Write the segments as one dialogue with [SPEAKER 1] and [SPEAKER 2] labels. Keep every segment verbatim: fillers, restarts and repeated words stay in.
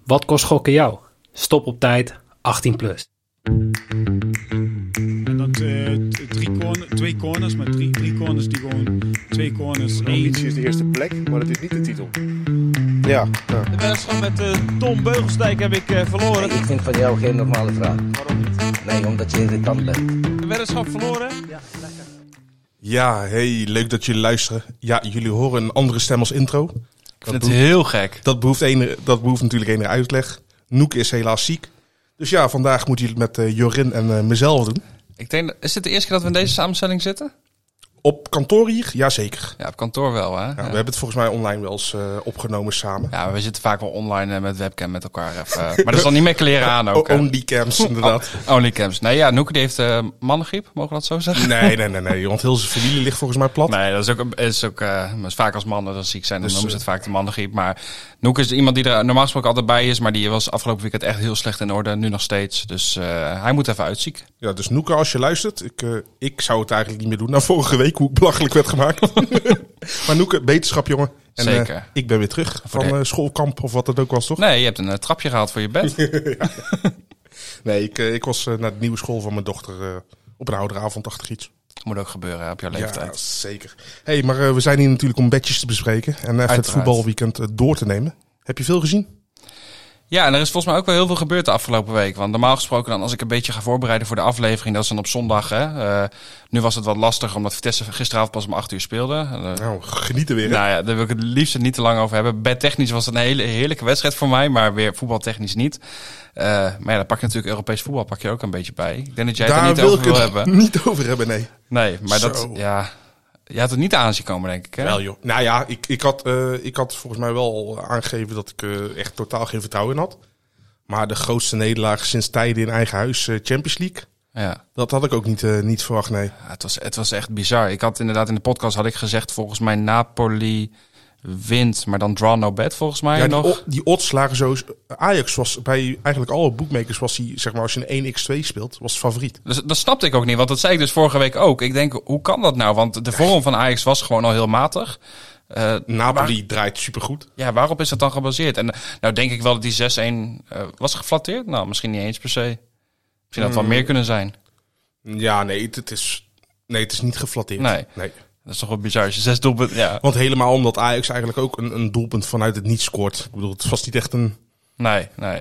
[SPEAKER 1] Wat kost gokken jou? Stop op tijd, achttien plus.
[SPEAKER 2] En dat uh, drie corner, twee corners, maar drie, drie corners die gewoon twee corners.
[SPEAKER 3] De ambitie is de eerste plek, maar dat is niet de titel. Ja. ja.
[SPEAKER 4] De wedstrijd met uh, Tom Beugelsdijk heb ik uh, verloren.
[SPEAKER 5] Ik vind van jou geen normale vraag.
[SPEAKER 4] Waarom niet?
[SPEAKER 5] Nee, omdat je irritant bent.
[SPEAKER 4] De wedstrijd verloren?
[SPEAKER 2] Ja, lekker.
[SPEAKER 3] Ja, hey, leuk dat jullie luisteren. Ja, jullie horen een andere stem als intro.
[SPEAKER 4] Ik vind het behoeft, heel gek.
[SPEAKER 3] Dat behoeft, een, dat behoeft natuurlijk enige uitleg. Noek is helaas ziek. Dus ja, vandaag moeten jullie het met uh, Jorin en uh, mezelf doen.
[SPEAKER 4] Ik denk, is dit de eerste keer dat we in deze samenstelling zitten?
[SPEAKER 3] Op kantoor hier? Jazeker.
[SPEAKER 4] Ja, op kantoor wel, hè?
[SPEAKER 3] Ja,
[SPEAKER 4] ja.
[SPEAKER 3] We hebben het volgens mij online wel eens uh, opgenomen samen.
[SPEAKER 4] Ja, we zitten vaak wel online uh, met webcam met elkaar. Even, uh, maar dat is dan niet meer kleren aan ook.
[SPEAKER 3] O- only cams, inderdaad.
[SPEAKER 4] Oh, only cams. Nee, ja, Noeke die heeft uh, mannengriep, mogen we dat zo zeggen?
[SPEAKER 3] Nee, nee, nee, nee. Want heel zijn familie ligt volgens mij plat.
[SPEAKER 4] Nee, dat is ook, is ook uh, is vaak als mannen dat ziek zijn, dan
[SPEAKER 3] Dus,
[SPEAKER 4] noemen ze het vaak de mannengriep. Maar Noeke is iemand die er normaal gesproken altijd bij is, maar die was afgelopen weekend echt heel slecht in orde, nu nog steeds. Dus uh, hij moet even uitziek.
[SPEAKER 3] Ja, dus Noeke, als je luistert, ik, uh, ik zou het eigenlijk niet meer doen na vorige week, hoe ik belachelijk werd gemaakt. Maar Noeke, beterschap jongen. En,
[SPEAKER 4] Zeker.
[SPEAKER 3] Uh, ik ben weer terug van uh, schoolkamp of wat het ook was, toch?
[SPEAKER 4] Nee, je hebt een uh, trapje gehaald voor je bed.
[SPEAKER 3] ja. Nee, ik, uh, ik was uh, naar de nieuwe school van mijn dochter uh, op een ouderavondachtig iets.
[SPEAKER 4] Moet ook gebeuren op jouw leeftijd.
[SPEAKER 3] Ja, zeker. Hey, maar uh, we zijn hier natuurlijk om bedjes te bespreken en even Uiteraard. het voetbalweekend uh, door te nemen. Heb je veel gezien?
[SPEAKER 4] Ja, en er is volgens mij ook wel heel veel gebeurd de afgelopen week. Want normaal gesproken dan, als ik een beetje ga voorbereiden voor de aflevering, dat is dan op zondag. Hè. Uh, nu was het wat lastig, omdat Vitesse gisteravond pas om acht uur speelde. Uh,
[SPEAKER 3] nou, genieten weer. Hè?
[SPEAKER 4] Nou ja, daar wil ik het liefst niet te lang over hebben. Bedtechnisch was het een hele heerlijke wedstrijd voor mij, maar weer voetbaltechnisch niet. Uh, maar ja, dan pak je natuurlijk Europees voetbal pak je ook een beetje bij. Ik denk dat jij het er niet over wil hebben.
[SPEAKER 3] Niet over hebben, nee.
[SPEAKER 4] Nee, maar
[SPEAKER 3] Zo.
[SPEAKER 4] dat, ja... Je had het niet aan zien komen, denk ik, hè?
[SPEAKER 3] Wel, joh. Nou ja, ik, ik, had, uh, ik had volgens mij wel aangegeven dat ik uh, echt totaal geen vertrouwen in had. Maar de grootste nederlaag sinds tijden in eigen huis, uh, Champions League.
[SPEAKER 4] Ja.
[SPEAKER 3] Dat had ik ook niet, uh, niet verwacht, nee.
[SPEAKER 4] Ja, het, was, het was echt bizar. Ik had inderdaad in de podcast had ik gezegd, volgens mij Napoli wint, maar dan draw no bet volgens mij
[SPEAKER 3] ja,
[SPEAKER 4] nog.
[SPEAKER 3] Die, die odds lagen zo. Ajax was bij eigenlijk alle boekmakers, was hij, zeg maar, als je een één tegen twee speelt, was het favoriet.
[SPEAKER 4] Dus, dat snapte ik ook niet, want dat zei ik dus vorige week ook. Ik denk, hoe kan dat nou? Want de vorm van Ajax was gewoon al heel matig. Uh,
[SPEAKER 3] Napoli
[SPEAKER 4] waar,
[SPEAKER 3] draait supergoed.
[SPEAKER 4] Ja, waarop is dat dan gebaseerd? En nou denk ik wel dat die zes-een... Uh, was geflatteerd? Nou, misschien niet eens per se. Misschien had het wel meer kunnen zijn.
[SPEAKER 3] Ja, nee, het is, nee, het is niet geflatteerd.
[SPEAKER 4] Nee.
[SPEAKER 3] nee.
[SPEAKER 4] Dat is toch wel bizar. Als je zes doelpunten... Ja.
[SPEAKER 3] Want helemaal omdat Ajax eigenlijk ook een, een doelpunt vanuit het niet scoort. Ik bedoel, het was niet echt een...
[SPEAKER 4] Nee, nee.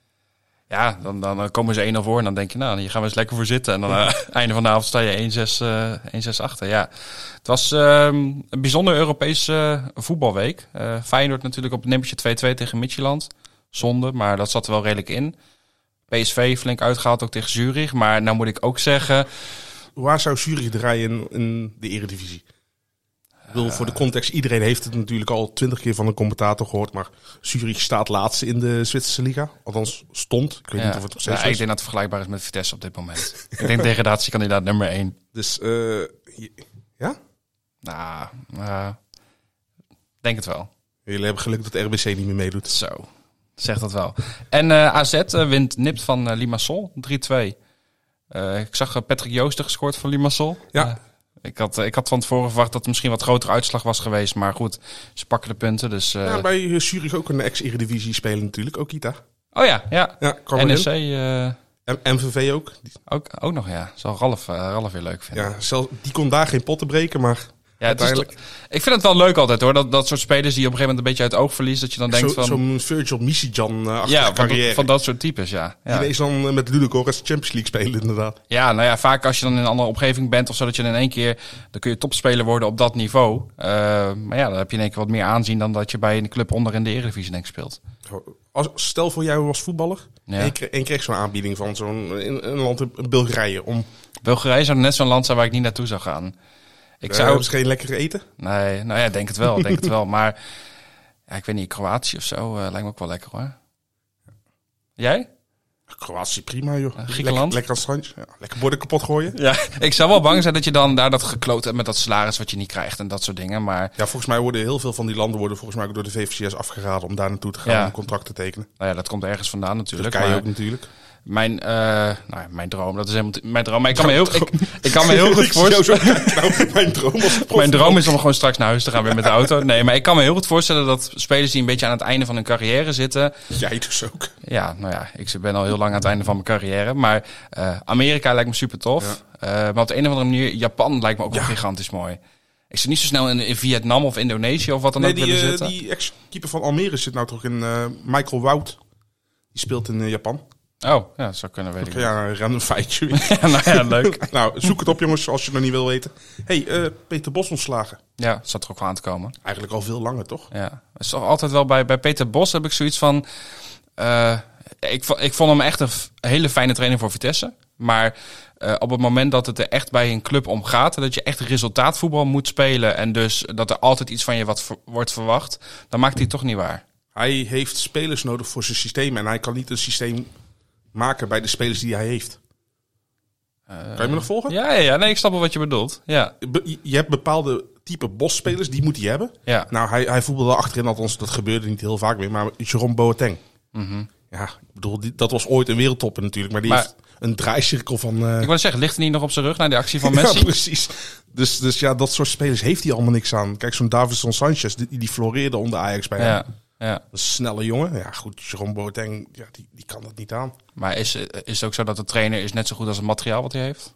[SPEAKER 4] Ja, dan, dan komen ze één nul voor en dan denk je, nou, hier gaan we eens lekker voor zitten. En dan uh, einde van de avond sta je één zes achter. Ja, het was uh, een bijzonder Europese uh, voetbalweek. Uh, Feyenoord natuurlijk op het nippertje twee-twee tegen Midtjylland. Zonde, maar dat zat er wel redelijk in. P S V flink uitgehaald ook tegen Zurich. Maar nou moet ik ook zeggen...
[SPEAKER 3] Waar zou Zurich draaien in, in de Eredivisie? Ik bedoel, voor de context, iedereen heeft het natuurlijk al twintig keer van een commentator gehoord. Maar Zurich staat laatste in de Zwitserse liga. Althans, stond. Ik weet
[SPEAKER 4] ja.
[SPEAKER 3] niet of het nog steeds
[SPEAKER 4] ja,
[SPEAKER 3] is.
[SPEAKER 4] Ik denk dat het vergelijkbaar is met Vitesse op dit moment. Ik denk degradatiekandidaat nummer één.
[SPEAKER 3] Dus, uh, ja?
[SPEAKER 4] Nou, uh, denk het wel.
[SPEAKER 3] Jullie hebben geluk dat R B C niet meer meedoet.
[SPEAKER 4] Zo, zeg dat wel. En uh, A Z uh, wint nipt van uh, Limassol, drie-twee. Uh, ik zag uh, Patrick Joosten gescoord van Limassol.
[SPEAKER 3] Ja.
[SPEAKER 4] Uh, ik, had, uh, ik had van tevoren verwacht dat het misschien wat grotere uitslag was geweest. Maar goed, ze pakken de punten. Dus, uh...
[SPEAKER 3] ja, bij Zurich ook een ex-Eredivisie spelen natuurlijk. Ook Kita.
[SPEAKER 4] Oh ja, ja.
[SPEAKER 3] ja
[SPEAKER 4] N E C... Uh...
[SPEAKER 3] En M V V ook.
[SPEAKER 4] ook. Ook nog, ja. Zal Ralf, uh, Ralf weer leuk vinden.
[SPEAKER 3] Ja, zelf, die kon daar geen potten breken, maar...
[SPEAKER 4] Ja, het is toch, ik vind het wel leuk altijd hoor, dat, dat soort spelers die je op een gegeven moment een beetje uit het oog verliest, dat je dan denkt
[SPEAKER 3] Zo,
[SPEAKER 4] van...
[SPEAKER 3] Zo'n Virgil Misijan uh,
[SPEAKER 4] ja, van,
[SPEAKER 3] carrière.
[SPEAKER 4] van dat soort types, ja. ja.
[SPEAKER 3] Die ineens dan uh, met Ludogorets Champions League spelen inderdaad.
[SPEAKER 4] Ja, nou ja, vaak als je dan in een andere omgeving bent of zo, dat je in één keer, dan kun je topspeler worden op dat niveau. Uh, maar ja, dan heb je in één keer wat meer aanzien dan dat je bij een club onder in de Eredivisie denk ik speelt.
[SPEAKER 3] Als, stel voor jij was voetballer ja. en je kreeg, en je kreeg zo'n aanbieding van zo'n in, een land in Bulgarije om...
[SPEAKER 4] Bulgarije zou net zo'n land zijn waar ik niet naartoe zou gaan. Ik zou...
[SPEAKER 3] Hebben ze geen lekkere eten?
[SPEAKER 4] Nee, nou ja, denk het wel, denk het wel. Maar ja, ik weet niet, Kroatië of zo uh, lijkt me ook wel lekker hoor. Jij?
[SPEAKER 3] Kroatië prima, joh.
[SPEAKER 4] Griekenland?
[SPEAKER 3] Lekker, lekker aan het strandje. Ja, lekker borden kapot gooien.
[SPEAKER 4] Ja, ik zou wel bang zijn dat je dan daar dat gekloot hebt met dat salaris wat je niet krijgt en dat soort dingen. Maar
[SPEAKER 3] Ja, volgens mij worden heel veel van die landen worden volgens mij ook door de V V C S afgeraden om daar naartoe te gaan
[SPEAKER 4] Ja.
[SPEAKER 3] om een contract te tekenen.
[SPEAKER 4] nou ja, dat komt ergens vandaan natuurlijk.
[SPEAKER 3] Turkije
[SPEAKER 4] Maar
[SPEAKER 3] ook natuurlijk.
[SPEAKER 4] mijn, uh, nou ja, mijn droom, dat is helemaal t- mijn droom. Maar ik kan me heel, ik, ik kan me heel goed
[SPEAKER 3] Ik zie jou
[SPEAKER 4] voorstellen.
[SPEAKER 3] zo kijken, nou, mijn droom was
[SPEAKER 4] Mijn droom is om gewoon straks naar huis te gaan weer met de auto. Nee, maar ik kan me heel goed voorstellen dat spelers die een beetje aan het einde van hun carrière zitten.
[SPEAKER 3] Jij dus ook.
[SPEAKER 4] Ja, nou ja, ik ben al heel lang aan het einde van mijn carrière. Maar uh, Amerika lijkt me super tof. Uh, maar op de een of andere manier, Japan lijkt me ook wel
[SPEAKER 3] Ja.
[SPEAKER 4] gigantisch mooi. Ik zit niet zo snel in, in Vietnam of Indonesië of wat dan
[SPEAKER 3] Nee,
[SPEAKER 4] ook
[SPEAKER 3] die,
[SPEAKER 4] willen
[SPEAKER 3] eh,
[SPEAKER 4] zitten.
[SPEAKER 3] die ex-keeper van Almere zit nou toch in uh, Michael Wout. Die speelt in uh, Japan.
[SPEAKER 4] Oh, ja, dat zou kunnen, weet ik niet.
[SPEAKER 3] Ja, een random feitje.
[SPEAKER 4] Ja, nou ja, leuk.
[SPEAKER 3] Nou, zoek het op jongens, als je het nog niet wil weten. hey, uh, Peter Bos ontslagen.
[SPEAKER 4] Ja, dat zat er ook wel aan te komen.
[SPEAKER 3] Eigenlijk al veel langer, toch?
[SPEAKER 4] Ja, het is toch altijd wel bij, bij Peter Bos heb ik zoiets van. Uh, ik, vo- ik vond hem echt een f- hele fijne trainer voor Vitesse. Maar uh, op het moment dat het er echt bij een club om gaat, dat je echt resultaatvoetbal moet spelen en dus dat er altijd iets van je wat ver- wordt verwacht, dan maakt hij het toch niet waar.
[SPEAKER 3] Hij heeft spelers nodig voor zijn systeem. En hij kan niet een systeem maken bij de spelers die hij heeft.
[SPEAKER 4] Uh,
[SPEAKER 3] Kan je me nog volgen?
[SPEAKER 4] Ja, ja, ja, nee, ik snap wel wat je bedoelt. Ja,
[SPEAKER 3] Be- Je hebt bepaalde type Bos-spelers, die moet hij hebben.
[SPEAKER 4] ja.
[SPEAKER 3] Nou, hij, hij voetbalde achterin, althans dat gebeurde niet heel vaak meer. Maar Jerome Boateng.
[SPEAKER 4] Mhm.
[SPEAKER 3] Ja, ik bedoel, die, dat was ooit een wereldtopper natuurlijk. Maar die
[SPEAKER 4] Maar-
[SPEAKER 3] heeft een draaicirkel van... uh,
[SPEAKER 4] Ik wil zeggen, ligt hij niet nog op zijn rug naar die actie van Messi?
[SPEAKER 3] Ja, precies. Dus, dus ja, dat soort spelers heeft hij allemaal niks aan. Kijk, zo'n Davinson Sanchez, die, die floreerde onder Ajax bij hem.
[SPEAKER 4] Ja, ja.
[SPEAKER 3] Een snelle jongen. Ja, goed, Jerome Boateng, ja, die, die kan dat niet aan.
[SPEAKER 4] Maar is, is het ook zo dat de trainer is net zo goed als het materiaal wat hij heeft?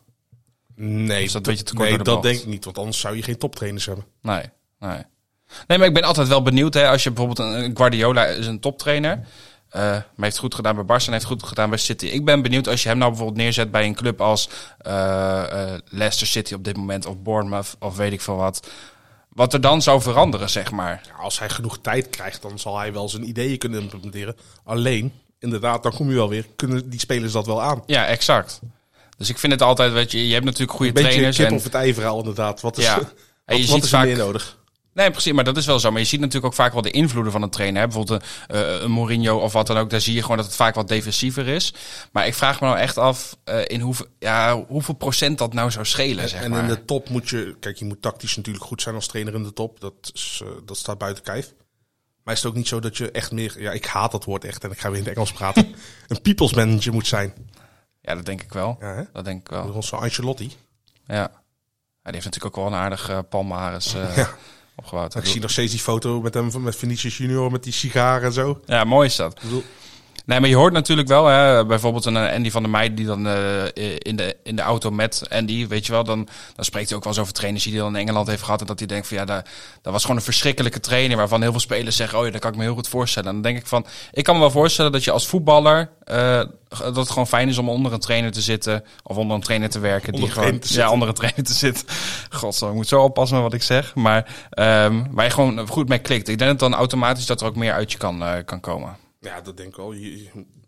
[SPEAKER 3] Nee,
[SPEAKER 4] Is dat een beetje te kort
[SPEAKER 3] nee
[SPEAKER 4] door de
[SPEAKER 3] dat
[SPEAKER 4] bocht?
[SPEAKER 3] denk ik niet. Want anders zou je geen toptrainers hebben.
[SPEAKER 4] Nee, nee. Nee, maar ik ben altijd wel benieuwd. Hè, als je bijvoorbeeld een een Guardiola is een toptrainer. Uh, maar heeft goed gedaan bij Barca en heeft goed gedaan bij City. Ik ben benieuwd als je hem nou bijvoorbeeld neerzet bij een club als uh, uh, Leicester City op dit moment. Of Bournemouth of weet ik veel wat. Wat er dan zou veranderen, zeg maar.
[SPEAKER 3] Ja, als hij genoeg tijd krijgt, dan zal hij wel zijn ideeën kunnen implementeren. Alleen, inderdaad, dan kom je wel weer. Kunnen die spelers dat wel aan?
[SPEAKER 4] Ja, exact. Dus ik vind het altijd, weet je, je hebt natuurlijk goede
[SPEAKER 3] Een beetje
[SPEAKER 4] trainers.
[SPEAKER 3] kip
[SPEAKER 4] en,
[SPEAKER 3] of het ei verhaal inderdaad. Wat is,
[SPEAKER 4] Ja.
[SPEAKER 3] wat,
[SPEAKER 4] En je
[SPEAKER 3] wat
[SPEAKER 4] ziet
[SPEAKER 3] is er
[SPEAKER 4] vaak-
[SPEAKER 3] meer nodig?
[SPEAKER 4] Nee, precies, maar dat is wel zo. Maar je ziet natuurlijk ook vaak wel de invloeden van een trainer. Hè? Bijvoorbeeld een, uh, een Mourinho of wat dan ook. Daar zie je gewoon dat het vaak wat defensiever is. Maar ik vraag me nou echt af uh, in hoeveel, ja, hoeveel procent dat nou zou schelen, zeg
[SPEAKER 3] En
[SPEAKER 4] maar.
[SPEAKER 3] in de top moet je... Kijk, je moet tactisch natuurlijk goed zijn als trainer in de top. Dat, is, uh, dat staat buiten kijf. Maar is het ook niet zo dat je echt meer... Ja, ik haat dat woord echt en ik ga weer in het Engels praten. Een people's manager moet zijn.
[SPEAKER 4] Ja, dat denk ik wel.
[SPEAKER 3] Ja, hè?
[SPEAKER 4] Dat denk ik wel.
[SPEAKER 3] Zoals Ancelotti.
[SPEAKER 4] Ja. Ja, die heeft natuurlijk ook wel een aardig uh, palmaris uh,
[SPEAKER 3] Ja.
[SPEAKER 4] opgebouwd.
[SPEAKER 3] Ik zie nog steeds die foto met hem, met Vinicius Junior, met die sigaren en zo.
[SPEAKER 4] Ja, mooi is dat.
[SPEAKER 3] Ik bedoel,
[SPEAKER 4] Nee, maar je hoort natuurlijk wel, hè, bijvoorbeeld een uh, Andy van der Meijden die dan uh, in, de, in de auto met Andy, weet je wel, dan, dan spreekt hij ook wel eens over trainers die hij dan in Engeland heeft gehad. En dat hij denkt van ja, dat, dat was gewoon een verschrikkelijke trainer waarvan heel veel spelers zeggen, oh ja, dat kan ik me heel goed voorstellen. En dan denk ik van, ik kan me wel voorstellen dat je als voetballer, uh, dat het gewoon fijn is om onder een trainer te zitten of onder een trainer te werken.
[SPEAKER 3] Onder
[SPEAKER 4] die
[SPEAKER 3] een
[SPEAKER 4] gewoon,
[SPEAKER 3] trainer te
[SPEAKER 4] ja,
[SPEAKER 3] zitten.
[SPEAKER 4] onder een trainer te zitten. Godzo, ik moet zo oppassen met wat ik zeg. Maar um, waar je gewoon goed mee klikt. Ik denk dat dan automatisch dat er ook meer uit je kan, uh, kan komen.
[SPEAKER 3] ja, dat denk ik wel. Je,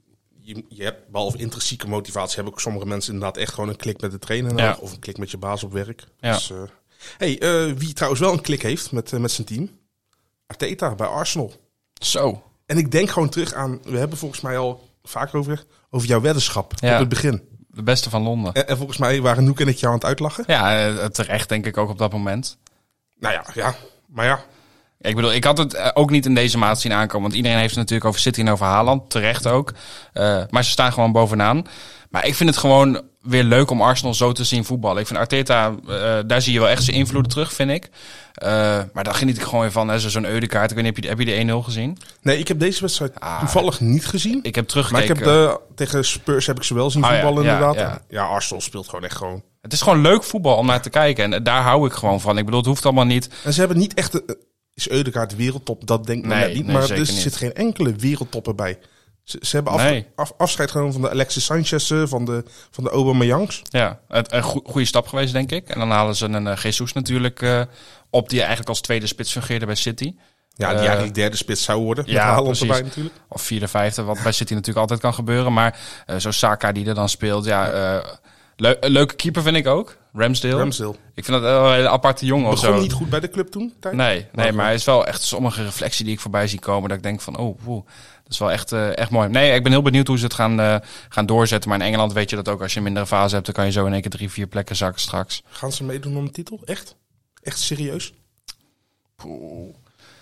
[SPEAKER 3] je, je hebt, behalve intrinsieke motivatie, hebben ook sommige mensen inderdaad echt gewoon een klik met de trainer nodig.
[SPEAKER 4] Ja.
[SPEAKER 3] Of een klik met je baas op werk.
[SPEAKER 4] Ja.
[SPEAKER 3] Dus, uh, hey, uh, wie trouwens wel een klik heeft met, uh, met zijn team. Arteta bij Arsenal.
[SPEAKER 4] Zo.
[SPEAKER 3] En ik denk gewoon terug aan, we hebben volgens mij al vaker over, over jouw weddenschap
[SPEAKER 4] Ja.
[SPEAKER 3] op het begin.
[SPEAKER 4] De beste van Londen.
[SPEAKER 3] En, en volgens mij waren Noek en ik jou aan het uitlachen.
[SPEAKER 4] Ja, uh, terecht denk ik ook op dat moment.
[SPEAKER 3] Nou ja, ja. Maar ja,
[SPEAKER 4] Ik bedoel, ik had het uh, ook niet in deze maat zien aankomen. Want iedereen heeft het natuurlijk over City en over Haaland. Terecht ook. Uh, maar ze staan gewoon bovenaan. Maar ik vind het gewoon weer leuk om Arsenal zo te zien voetballen. Ik vind Arteta, uh, daar zie je wel echt zijn invloeden terug, vind ik. Uh, maar daar geniet ik gewoon weer van. Hè, zo'n Eudekaart. Ik weet niet, heb je, heb je de één nul gezien?
[SPEAKER 3] nee, ik heb deze wedstrijd
[SPEAKER 4] Ah.
[SPEAKER 3] toevallig niet gezien.
[SPEAKER 4] Ik heb
[SPEAKER 3] Maar
[SPEAKER 4] teruggekeken.
[SPEAKER 3] ik heb de, tegen Spurs heb ik ze wel zien
[SPEAKER 4] Oh ja,
[SPEAKER 3] voetballen
[SPEAKER 4] ja,
[SPEAKER 3] inderdaad.
[SPEAKER 4] ja.
[SPEAKER 3] Ja, Arsenal speelt gewoon echt gewoon.
[SPEAKER 4] Het is gewoon leuk voetbal om naar te kijken. En daar hou ik gewoon van. Ik bedoel, het hoeft allemaal niet.
[SPEAKER 3] En ze hebben niet echt... Een, is Eudekaart wereldtop? Dat denk ik
[SPEAKER 4] Nee,
[SPEAKER 3] net niet.
[SPEAKER 4] nee,
[SPEAKER 3] maar
[SPEAKER 4] zeker
[SPEAKER 3] er
[SPEAKER 4] niet.
[SPEAKER 3] zit geen enkele wereldtopper bij. Ze, ze hebben af,
[SPEAKER 4] Nee.
[SPEAKER 3] af, afscheid genomen van de Alexis Sanchez'en, van de, van de Aubameyangs.
[SPEAKER 4] Ja, het, een go- goede stap geweest, denk ik. En dan halen ze een uh, Jesus natuurlijk uh, op, die eigenlijk als tweede spits fungeerde bij City.
[SPEAKER 3] Ja, die
[SPEAKER 4] Eh,
[SPEAKER 3] eigenlijk derde spits zou worden. Met
[SPEAKER 4] ja,
[SPEAKER 3] Haaland
[SPEAKER 4] precies.
[SPEAKER 3] erbij natuurlijk.
[SPEAKER 4] Of vierde, vijfde, wat bij City natuurlijk altijd kan gebeuren. Maar uh, zo'n Saka die er dan speelt, ja, uh, le- een leuke keeper vind ik ook. Ramsdale.
[SPEAKER 3] Ramsdale.
[SPEAKER 4] Ik vind dat wel een hele aparte jongen of
[SPEAKER 3] Begon
[SPEAKER 4] zo.
[SPEAKER 3] niet goed bij de club toen? Tijd?
[SPEAKER 4] Nee, nee
[SPEAKER 3] Maar-
[SPEAKER 4] maar hij is wel echt sommige reflectie die ik voorbij zie komen. Dat ik denk van, oh, woe, dat is wel echt, uh, echt mooi. Nee, ik ben heel benieuwd hoe ze het gaan, uh, gaan doorzetten. Maar in Engeland weet je dat ook. Als je een mindere fase hebt, dan kan je zo in één keer drie, vier plekken zakken straks.
[SPEAKER 3] Gaan ze meedoen om de titel? Echt? Echt serieus?
[SPEAKER 4] Poeh.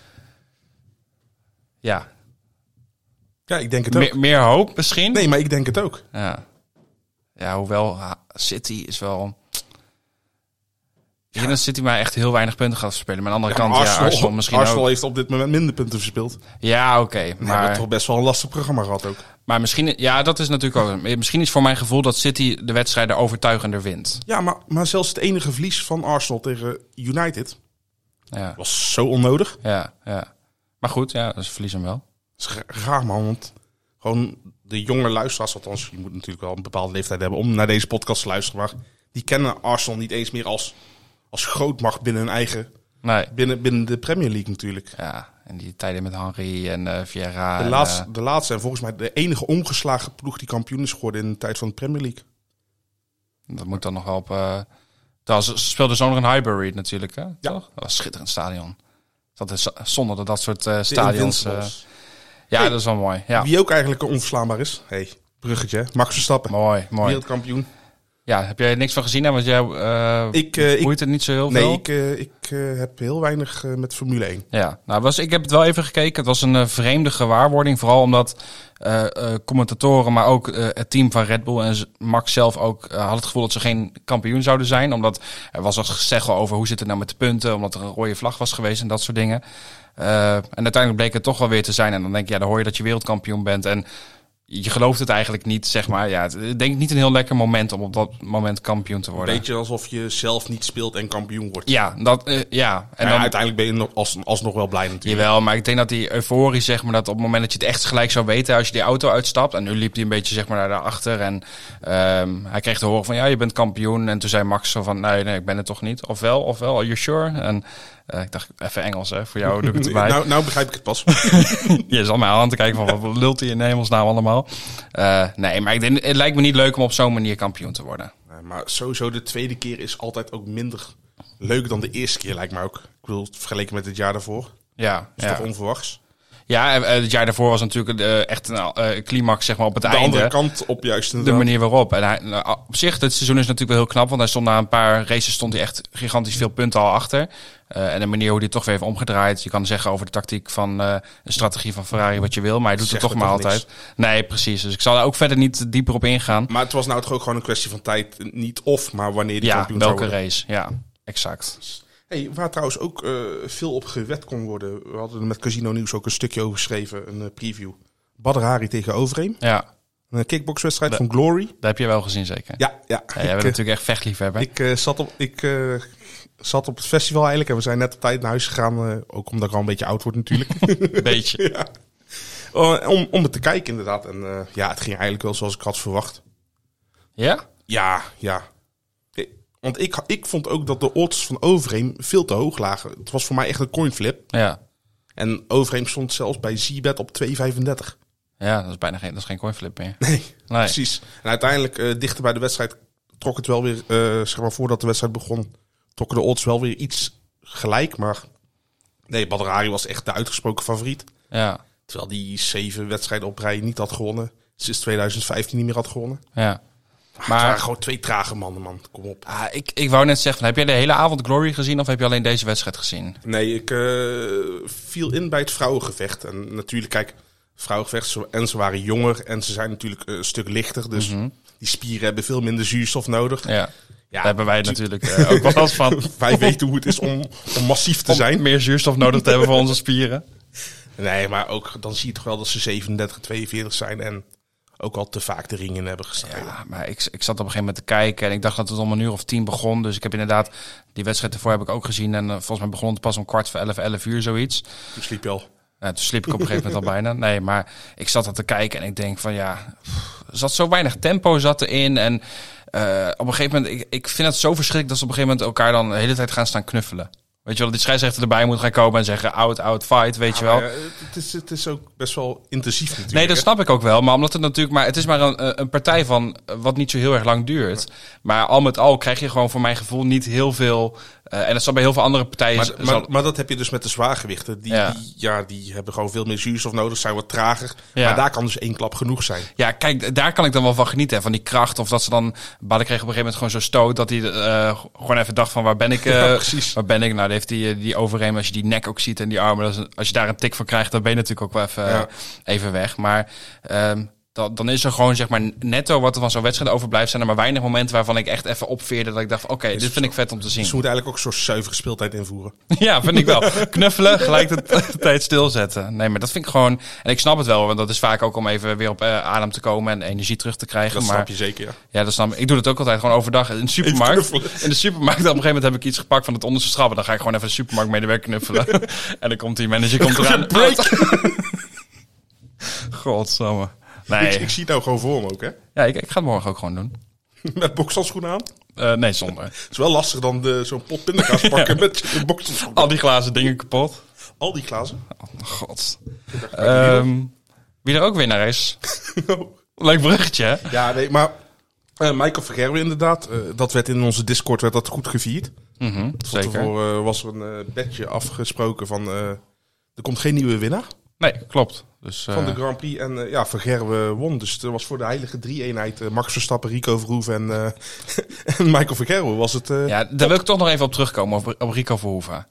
[SPEAKER 4] Ja,
[SPEAKER 3] Ja, ik denk het ook.
[SPEAKER 4] meer, meer hoop misschien.
[SPEAKER 3] Nee, maar ik denk het ook.
[SPEAKER 4] Ja, ja hoewel ha, City is wel... Ik denk dat City maar echt heel weinig punten gaat verspelen. Maar aan de andere
[SPEAKER 3] Ja,
[SPEAKER 4] kant,
[SPEAKER 3] Arsenal,
[SPEAKER 4] ja, Arsenal misschien
[SPEAKER 3] Arsenal
[SPEAKER 4] ook.
[SPEAKER 3] heeft op dit moment minder punten verspeeld.
[SPEAKER 4] Ja, oké.
[SPEAKER 3] Maar we
[SPEAKER 4] maar...
[SPEAKER 3] hebben toch best wel een lastig programma gehad ook.
[SPEAKER 4] Maar misschien, ja, dat is natuurlijk ook. Misschien is voor mijn gevoel dat City de wedstrijden overtuigender wint.
[SPEAKER 3] Ja, maar, maar zelfs het enige verlies van Arsenal tegen United
[SPEAKER 4] Ja,
[SPEAKER 3] was zo onnodig.
[SPEAKER 4] ja, ja. Maar goed, ja, dus verliezen hem wel.
[SPEAKER 3] Dat is ra- raar, man. Want gewoon de jonge luisteraars, althans, je moet natuurlijk wel een bepaalde leeftijd hebben om naar deze podcast te luisteren. Maar die kennen Arsenal niet eens meer als, als grootmacht binnen hun eigen,
[SPEAKER 4] Nee,
[SPEAKER 3] binnen, binnen de Premier League natuurlijk.
[SPEAKER 4] ja. En die tijden met Henry en uh, Vieira.
[SPEAKER 3] De
[SPEAKER 4] en,
[SPEAKER 3] laatste,
[SPEAKER 4] uh,
[SPEAKER 3] de laatste en volgens mij de enige ongeslagen ploeg die kampioen is geworden in de tijd van de Premier League.
[SPEAKER 4] dat moet dan nog wel op... Uh, dat was, ze speelden zo nog een Highbury natuurlijk, hè? Toch? Dat was een schitterend stadion. Dat is zonde dat dat soort uh,
[SPEAKER 3] De
[SPEAKER 4] stadions... Uh,
[SPEAKER 3] Invincibles.
[SPEAKER 4] ja,
[SPEAKER 3] Hey,
[SPEAKER 4] dat is wel mooi. Ja,
[SPEAKER 3] Wie ook eigenlijk onverslaanbaar is. Hey, bruggetje. Max Verstappen.
[SPEAKER 4] mooi, mooi.
[SPEAKER 3] Wereldkampioen.
[SPEAKER 4] Ja, heb jij niks van gezien? Hè? Want jij uh,
[SPEAKER 3] Ik, uh, ik,
[SPEAKER 4] boeit het niet zo heel veel?
[SPEAKER 3] nee, ik, uh, ik uh, heb heel weinig uh, met Formule één.
[SPEAKER 4] Ja, nou was, ik heb het wel even gekeken. Het was een uh, vreemde gewaarwording. Vooral omdat uh, uh, commentatoren, maar ook uh, het team van Red Bull en z- Max zelf ook uh, had het gevoel dat ze geen kampioen zouden zijn. Omdat er was wat gezegd over hoe zit het nou met de punten. Omdat er een rode vlag was geweest en dat soort dingen. Uh, en uiteindelijk bleek het toch wel weer te zijn. En dan denk je, ja, dan hoor je dat je wereldkampioen bent. En je gelooft het eigenlijk niet, zeg maar. Ja, ik denk niet een heel lekker moment om op dat moment kampioen te worden.
[SPEAKER 3] Beetje alsof je zelf niet speelt en kampioen wordt.
[SPEAKER 4] Ja, dat, uh, ja. En
[SPEAKER 3] En
[SPEAKER 4] dan,
[SPEAKER 3] uiteindelijk ben je nog als, alsnog wel blij natuurlijk.
[SPEAKER 4] Jawel, maar ik denk dat die euforie, zeg maar, dat op het moment dat je het echt gelijk zou weten, als je die auto uitstapt, en nu liep hij een beetje, zeg maar, naar daarachter en um, hij kreeg te horen van, ja, je bent kampioen. En toen zei Max zo van, nee, nee, ik ben het toch niet. Ofwel, ofwel, are you sure? En uh, ik dacht, even Engels, hè, voor jou doe ik het erbij.
[SPEAKER 3] nou, nou begrijp ik het pas.
[SPEAKER 4] Je zal mij aan te kijken van, wat lult hij in hemelsnaam allemaal? Uh, nee, maar ik denk, het lijkt me niet leuk om op zo'n manier kampioen te worden.
[SPEAKER 3] Nee, maar sowieso de tweede keer is altijd ook minder leuk dan de eerste keer, lijkt me ook. Ik wil het vergeleken met het jaar daarvoor.
[SPEAKER 4] Ja,
[SPEAKER 3] Dat is
[SPEAKER 4] ja.
[SPEAKER 3] toch onverwachts.
[SPEAKER 4] Ja, uh, het jaar daarvoor was natuurlijk uh, echt een uh, climax, zeg maar, op het
[SPEAKER 3] De
[SPEAKER 4] einde.
[SPEAKER 3] andere kant op juist
[SPEAKER 4] De
[SPEAKER 3] inderdaad.
[SPEAKER 4] manier waarop. En hij, nou, op zich, dit seizoen is natuurlijk wel heel knap. Want hij stond na een paar races stond hij echt gigantisch veel punten al achter. Uh, en de manier hoe hij toch weer heeft omgedraaid. Je kan zeggen over de tactiek van uh, een strategie van Ferrari wat je wil. Maar hij doet
[SPEAKER 3] Zegt
[SPEAKER 4] het toch
[SPEAKER 3] me
[SPEAKER 4] maar
[SPEAKER 3] toch
[SPEAKER 4] altijd. Nee, precies. Dus ik zal daar ook verder niet dieper op ingaan.
[SPEAKER 3] Maar het was nou toch ook gewoon een kwestie van tijd. Niet of, maar wanneer die
[SPEAKER 4] Ja,
[SPEAKER 3] kampioen zou
[SPEAKER 4] welke
[SPEAKER 3] worden.
[SPEAKER 4] race. Ja, exact.
[SPEAKER 3] Hey, waar trouwens ook uh, veel op gewet kon worden. We hadden er met Casino Nieuws ook een stukje over geschreven. Een uh, preview. Badr Hari tegen Overeem.
[SPEAKER 4] Ja,
[SPEAKER 3] Een kickboxwedstrijd
[SPEAKER 4] De-
[SPEAKER 3] van Glory.
[SPEAKER 4] dat heb je wel gezien zeker.
[SPEAKER 3] Ja, ja.
[SPEAKER 4] Ja, jij bent
[SPEAKER 3] ik, uh,
[SPEAKER 4] natuurlijk echt vechtliefhebber.
[SPEAKER 3] ik, uh, zat op, ik uh, zat op het festival eigenlijk. En we zijn net op tijd naar huis gegaan. Uh, ook omdat ik al een beetje oud word natuurlijk.
[SPEAKER 4] Een beetje.
[SPEAKER 3] ja. uh, om, om het te kijken inderdaad. En uh, ja, het ging eigenlijk wel zoals ik had verwacht.
[SPEAKER 4] Ja?
[SPEAKER 3] Ja, ja. Want ik, ik vond ook dat de odds van Overeem veel te hoog lagen. Het was voor mij echt een coinflip.
[SPEAKER 4] Ja.
[SPEAKER 3] En Overeem stond zelfs bij Zbet op twee vijfendertig.
[SPEAKER 4] Ja, dat is bijna geen, dat is geen coinflip meer.
[SPEAKER 3] Nee,
[SPEAKER 4] Nee.
[SPEAKER 3] precies. En uiteindelijk, uh, dichter bij de wedstrijd, trok het wel weer, uh, zeg maar voordat de wedstrijd begon, trokken de odds wel weer iets gelijk. Maar nee, Badr Hari was echt de uitgesproken favoriet.
[SPEAKER 4] Ja,
[SPEAKER 3] Terwijl die zeven wedstrijden op rij niet had gewonnen. Sinds tweeduizend vijftien niet meer had gewonnen.
[SPEAKER 4] ja.
[SPEAKER 3] Maar
[SPEAKER 4] Maar-
[SPEAKER 3] het waren gewoon twee trage mannen, man. Kom op.
[SPEAKER 4] Ah, ik, ik wou net zeggen, van, heb jij de hele avond Glory gezien of heb je alleen deze wedstrijd gezien?
[SPEAKER 3] Nee, ik uh, viel in bij het vrouwengevecht. En natuurlijk, kijk, vrouwengevecht, ze- en ze waren jonger en ze zijn natuurlijk een stuk lichter. Dus
[SPEAKER 4] Mhm.
[SPEAKER 3] die spieren hebben veel minder zuurstof nodig.
[SPEAKER 4] Ja,
[SPEAKER 3] Ja,
[SPEAKER 4] daar hebben wij natuurlijk uh, ook wat last van.
[SPEAKER 3] Wij weten hoe het is om, om massief te
[SPEAKER 4] Om
[SPEAKER 3] zijn.
[SPEAKER 4] meer zuurstof nodig te hebben voor onze spieren.
[SPEAKER 3] Nee, maar ook dan zie je toch wel dat ze zevenendertig, tweeënveertig zijn en ook al te vaak de ringen hebben gestreden.
[SPEAKER 4] Ja, maar ik, ik zat op een gegeven moment te kijken en ik dacht dat het om een uur of tien begon. Dus ik heb inderdaad, die wedstrijd ervoor heb ik ook gezien. En uh, volgens mij begon het pas om kwart voor elf, elf uur zoiets.
[SPEAKER 3] Toen sliep je al.
[SPEAKER 4] Nou, toen sliep ik op een gegeven moment al bijna. Nee, maar ik zat dat te kijken en ik denk van ja, pff, er zat zo weinig tempo zat erin. En uh, op een gegeven moment, ik, ik vind het zo verschrikkelijk dat ze op een gegeven moment elkaar dan de hele tijd gaan staan knuffelen. Weet je wel, dat die scheidsrechter erbij moet gaan komen en zeggen out, out, fight, weet
[SPEAKER 3] Ja,
[SPEAKER 4] je wel.
[SPEAKER 3] maar, uh, het, is, het is ook best wel intensief natuurlijk.
[SPEAKER 4] Nee, dat
[SPEAKER 3] hè?
[SPEAKER 4] snap ik ook wel. Maar omdat het natuurlijk maar, het is maar een, een partij van uh, wat niet zo heel erg lang duurt. Maar al met al krijg je gewoon voor mijn gevoel niet heel veel. Uh, en dat zal bij heel veel andere partijen.
[SPEAKER 3] Maar,
[SPEAKER 4] zal-
[SPEAKER 3] maar, maar dat heb je dus met de zwaargewichten. Die,
[SPEAKER 4] Ja.
[SPEAKER 3] die, ja, die hebben gewoon veel meer zuurstof nodig, zijn wat trager.
[SPEAKER 4] Ja.
[SPEAKER 3] Maar daar kan dus één klap genoeg zijn.
[SPEAKER 4] Ja, kijk, daar kan ik dan wel van genieten. Hè, van die kracht. Of dat ze dan. Bade kreeg op een gegeven moment gewoon zo'n stoot. Dat hij uh, gewoon even dacht van waar ben ik? Uh,
[SPEAKER 3] Ja, precies.
[SPEAKER 4] Waar ben ik? Nou, dan heeft die, uh, die overheen. Als je die nek ook ziet en die armen. Dat is een- als je daar een tik van krijgt, dan ben je natuurlijk ook wel even,
[SPEAKER 3] Ja.
[SPEAKER 4] uh, even weg. Maar. Um, Dan, dan is er gewoon zeg maar netto wat er van zo'n wedstrijd overblijft. Zijn er maar weinig momenten waarvan ik echt even opveerde. Dat ik dacht van oké, okay, dit vind ik vet om te zien.
[SPEAKER 3] Dus ze moeten eigenlijk ook een soort zuivere speeltijd invoeren.
[SPEAKER 4] Ja, vind ik wel. Knuffelen, gelijk de t- tijd stilzetten. Nee, maar dat vind ik gewoon... En ik snap het wel, want dat is vaak ook om even weer op uh, adem te komen en energie terug te krijgen.
[SPEAKER 3] Dat
[SPEAKER 4] maar,
[SPEAKER 3] snap je zeker, ja.
[SPEAKER 4] Ja, dat snap ik. Ik doe het ook altijd gewoon overdag in de supermarkt.
[SPEAKER 3] knuffelen.
[SPEAKER 4] In de supermarkt, op een gegeven moment heb ik iets gepakt van het onderste schap. En dan ga ik gewoon even de supermarktmedewerker knuffelen. En dan komt die manager komt eraan. Godsamme. Nee.
[SPEAKER 3] Ik, ik zie het nou gewoon voor me ook, hè.
[SPEAKER 4] Ja, ik, ik ga het morgen ook gewoon doen.
[SPEAKER 3] Met bokshandschoenen aan.
[SPEAKER 4] Uh, nee, zonder.
[SPEAKER 3] Het is wel lastig dan de- zo'n pot pindakaas pakken met de bokshandschoenen.
[SPEAKER 4] Al die glazen dingen kapot.
[SPEAKER 3] Al die glazen.
[SPEAKER 4] Oh, god.
[SPEAKER 3] Bij
[SPEAKER 4] Um, wie er ook winnaar is. Leuk bruggetje, hè?
[SPEAKER 3] Ja, nee, maar uh, Michael Vergerwe inderdaad. Uh, dat werd in onze Discord werd dat goed gevierd.
[SPEAKER 4] Mm-hmm,
[SPEAKER 3] Van
[SPEAKER 4] zeker.
[SPEAKER 3] tevoren uh, was er een uh, bedje afgesproken van... Uh, er komt geen nieuwe winnaar
[SPEAKER 4] Nee, klopt. Dus, uh,
[SPEAKER 3] van de Grand Prix. En uh, ja, Vergerwe won. Dus er was voor de heilige drie-eenheid uh, Max Verstappen, Rico Verhoeven en, uh, en Michael Vergerwe was het... Uh,
[SPEAKER 4] ja, daar wil ik toch nog even op terugkomen, op, op Rico Verhoeven.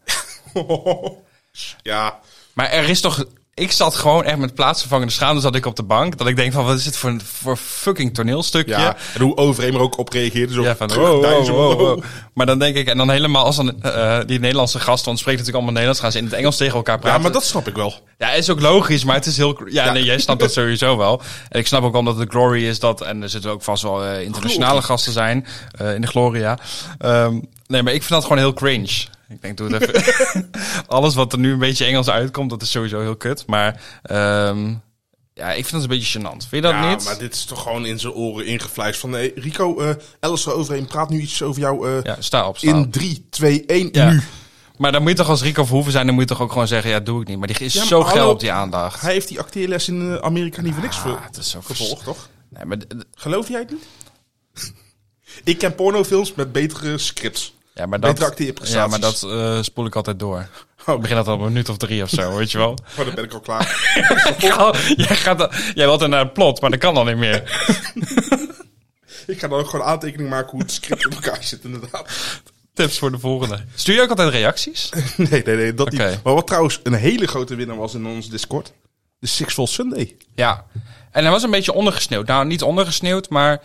[SPEAKER 3] ja,
[SPEAKER 4] Maar er is toch... Ik zat gewoon echt met plaatsvervangende schaamte zat ik op de bank. Dat ik denk van, wat is dit voor een voor fucking toneelstukje?
[SPEAKER 3] ja. En hoe Overeem er ook op reageerde. Zo
[SPEAKER 4] Ja, van
[SPEAKER 3] terug,
[SPEAKER 4] wow, wow,
[SPEAKER 3] duizen,
[SPEAKER 4] wow,
[SPEAKER 3] wow.
[SPEAKER 4] wow. Maar dan denk ik, en dan helemaal als dan uh, die Nederlandse gasten, want spreekt natuurlijk allemaal Nederlands, gaan ze in het Engels tegen elkaar praten.
[SPEAKER 3] Ja, maar dat snap ik wel.
[SPEAKER 4] Ja, is ook logisch, maar het is heel... Ja,
[SPEAKER 3] Ja.
[SPEAKER 4] nee, jij snapt dat sowieso wel. En ik snap ook wel dat het Glory is dat... En er zitten ook vast wel uh, internationale
[SPEAKER 3] Glory.
[SPEAKER 4] gasten zijn. Uh, in de Gloria. Um, nee, maar ik vind dat gewoon heel cringe. Ik denk, doe het even. Alles wat er nu een beetje Engels uitkomt, dat is sowieso heel kut. Maar um, ja, ik vind dat een beetje gênant. Vind je dat
[SPEAKER 3] ja,
[SPEAKER 4] niet?
[SPEAKER 3] maar dit is toch gewoon in zijn oren ingefluisterd van... Hey, Rico, uh, Alistair Overeem praat nu iets over jou uh,
[SPEAKER 4] Ja, sta op, sta
[SPEAKER 3] in
[SPEAKER 4] op.
[SPEAKER 3] drie, twee, één,
[SPEAKER 4] Ja.
[SPEAKER 3] nu.
[SPEAKER 4] Maar dan moet je toch als Rico Verhoeven zijn, dan moet je toch ook gewoon zeggen, ja, doe ik niet. Maar die is
[SPEAKER 3] Ja, maar
[SPEAKER 4] zo
[SPEAKER 3] hallo,
[SPEAKER 4] geil op die aandacht.
[SPEAKER 3] Hij heeft die acteerles in uh, Amerika niet voor niks
[SPEAKER 4] Ah, het is zo
[SPEAKER 3] gevolgd, toch?
[SPEAKER 4] Nee, maar d- d-
[SPEAKER 3] Geloof jij het niet? Ik ken pornofilms met betere scripts.
[SPEAKER 4] ja, maar
[SPEAKER 3] Betere
[SPEAKER 4] dat,
[SPEAKER 3] acteerprestaties.
[SPEAKER 4] ja, maar dat uh, spoel ik altijd door.
[SPEAKER 3] Oh,
[SPEAKER 4] Ik begin dat al op een minuut of drie of zo, weet je wel.
[SPEAKER 3] oh, dan ben ik al klaar.
[SPEAKER 4] jij, gaat, dan- jij wilt er naar het plot, maar dat kan dan niet meer.
[SPEAKER 3] Ik ga dan ook gewoon aantekening maken hoe het script in elkaar zit, inderdaad.
[SPEAKER 4] Tips voor de volgende. Stuur je ook altijd reacties?
[SPEAKER 3] Nee, nee, nee, dat
[SPEAKER 4] Oké.
[SPEAKER 3] niet. Maar wat trouwens een hele grote winnaar was in ons Discord. De Sixfold Sunday.
[SPEAKER 4] Ja. En hij was een beetje ondergesneeuwd. Nou, niet ondergesneeuwd, maar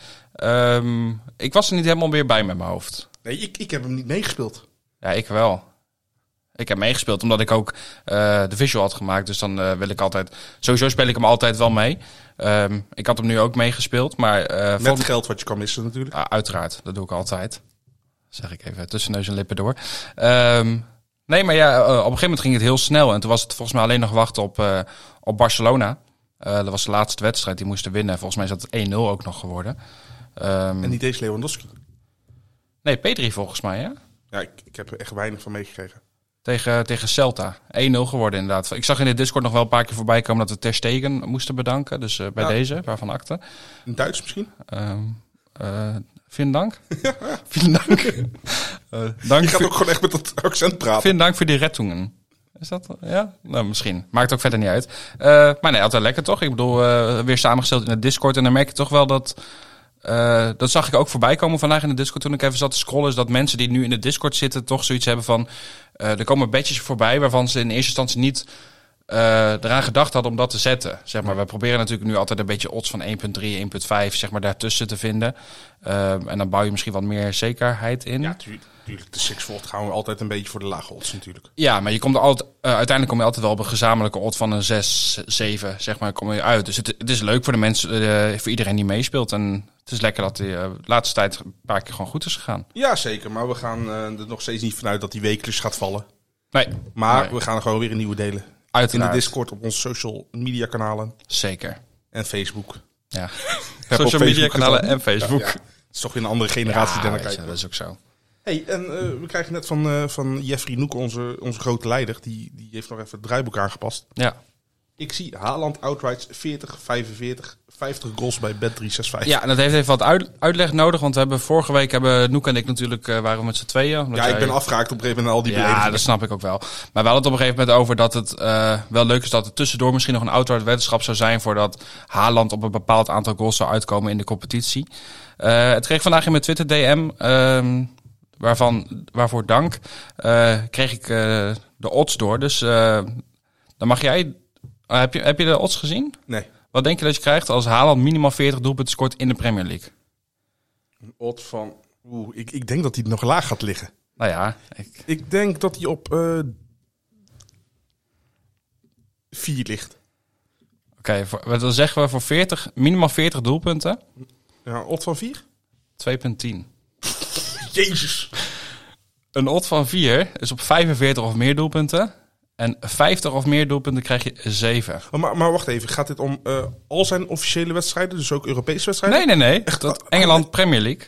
[SPEAKER 4] um, ik was er niet helemaal weer bij met mijn hoofd.
[SPEAKER 3] Nee, ik, ik heb hem niet meegespeeld.
[SPEAKER 4] Ja, ik wel. Ik heb meegespeeld omdat ik ook uh, de visual had gemaakt. Dus dan uh, wil ik altijd... Sowieso speel ik hem altijd wel mee. Um, ik had hem nu ook meegespeeld, maar... Uh,
[SPEAKER 3] Met
[SPEAKER 4] volgende...
[SPEAKER 3] geld wat je kan missen natuurlijk.
[SPEAKER 4] Uh, uiteraard, dat doe ik altijd. Zeg ik even tussen neus en lippen door. Um, nee, maar ja, uh, op een gegeven moment ging het heel snel. En toen was het volgens mij alleen nog wachten op, uh, op Barcelona. Uh, dat was de laatste wedstrijd, die moesten winnen. Volgens mij is dat één nul ook nog geworden. Um,
[SPEAKER 3] En niet deze Lewandowski.
[SPEAKER 4] nee, Pedri volgens mij, hè?
[SPEAKER 3] Ja, ik, ik heb er echt weinig van meegekregen.
[SPEAKER 4] Tegen, tegen Celta. één nul geworden inderdaad. Ik zag in de Discord nog wel een paar keer voorbij komen dat we Ter Stegen moesten bedanken. Dus uh, bij
[SPEAKER 3] Ja.
[SPEAKER 4] deze, waarvan akte.
[SPEAKER 3] In Duits misschien?
[SPEAKER 4] Um, uh, vielen dank. Vielen dank. Uh, dank
[SPEAKER 3] Je gaat
[SPEAKER 4] voor-
[SPEAKER 3] ook gewoon echt met dat accent praten.
[SPEAKER 4] Vielen dank voor die rettungen. Is dat? Ja? Nou, misschien. Maakt ook verder niet uit. Uh, maar nee, altijd lekker toch? Ik bedoel, uh, weer samengesteld in de Discord. En dan merk je toch wel dat... Uh, dat zag ik ook voorbij komen vandaag in de Discord toen ik even zat te scrollen. Is dat mensen die nu in de Discord zitten toch zoiets hebben van... Uh, er komen badges voorbij waarvan ze in eerste instantie niet... Uh, eraan gedacht hadden om dat te zetten. Zeg maar, we proberen natuurlijk nu altijd een beetje odds van één komma drie, één komma vijf zeg maar, daartussen te vinden. Uh, en dan bouw je misschien wat meer zekerheid in.
[SPEAKER 3] Ja, tuurlijk. De Sixfold gaan we altijd een beetje voor de lage odds natuurlijk.
[SPEAKER 4] Ja, maar je komt er altijd, uh, uiteindelijk kom je altijd wel op een gezamenlijke odd van een zes, zeven, zeg maar, kom je uit. Dus het, het is leuk voor de mensen, uh, voor iedereen die meespeelt. En het is lekker dat de uh, laatste tijd een paar keer gewoon goed is gegaan.
[SPEAKER 3] Ja, zeker. Maar we gaan uh, er nog steeds niet vanuit dat die wekelijks gaat vallen.
[SPEAKER 4] Nee,
[SPEAKER 3] Maar
[SPEAKER 4] nee.
[SPEAKER 3] we gaan er gewoon weer een nieuwe delen.
[SPEAKER 4] Uiteraard.
[SPEAKER 3] In de Discord, op onze social media kanalen
[SPEAKER 4] Zeker.
[SPEAKER 3] en Facebook.
[SPEAKER 4] Ja.
[SPEAKER 3] op
[SPEAKER 4] Social media
[SPEAKER 3] Facebook
[SPEAKER 4] kanalen
[SPEAKER 3] gezet.
[SPEAKER 4] en Facebook.
[SPEAKER 3] Ja, ja. Het is toch weer een andere generatie die
[SPEAKER 4] Ja,
[SPEAKER 3] daar naar
[SPEAKER 4] weet je,
[SPEAKER 3] kijkt.
[SPEAKER 4] dat is ook zo.
[SPEAKER 3] Hey, en uh, we krijgen net van, uh, van Jeffrey Noek, onze, onze grote leider, die, die heeft nog even het draaiboek aangepast.
[SPEAKER 4] Ja.
[SPEAKER 3] Ik zie Haaland outrights veertig, vijfenveertig, vijftig goals bij Bet drie zes vijf.
[SPEAKER 4] Ja, en dat heeft even wat uit, uitleg nodig. Want we hebben vorige week, hebben Noek en ik natuurlijk, uh, waren we met z'n tweeën.
[SPEAKER 3] Ja, ik ben afgehaakt op een gegeven moment al die
[SPEAKER 4] Ja,
[SPEAKER 3] beledigingen.
[SPEAKER 4] dat snap ik ook wel. Maar we hadden het op een gegeven moment over dat het uh, wel leuk is dat er tussendoor misschien nog een outright weddenschap zou zijn voordat Haaland op een bepaald aantal goals zou uitkomen in de competitie. Uh, het kreeg vandaag in mijn Twitter D M, uh, waarvan, waarvoor dank, uh, kreeg ik uh, de odds door. Dus uh, dan mag jij... Uh, heb, je, heb je de odds gezien?
[SPEAKER 3] Nee.
[SPEAKER 4] Wat denk je dat je krijgt als Haaland minimaal veertig doelpunten scoort in de Premier League?
[SPEAKER 3] Een odd van... Oeh, ik, ik denk dat hij nog laag gaat liggen.
[SPEAKER 4] Nou ja, ik...
[SPEAKER 3] Ik denk dat hij op uh, vier ligt.
[SPEAKER 4] Oké, okay, dan zeggen we voor veertig, minimaal veertig doelpunten.
[SPEAKER 3] Ja, odd van vier?
[SPEAKER 4] twee komma tien.
[SPEAKER 3] Jezus.
[SPEAKER 4] Een odd van vier is op vijfenveertig of meer doelpunten. En vijftig of meer doelpunten krijg je zeven.
[SPEAKER 3] Oh, maar, maar wacht even, gaat dit om uh, al zijn officiële wedstrijden, dus ook Europese wedstrijden?
[SPEAKER 4] Nee, nee, nee.
[SPEAKER 3] Echt?
[SPEAKER 4] Dat Engeland Premier League.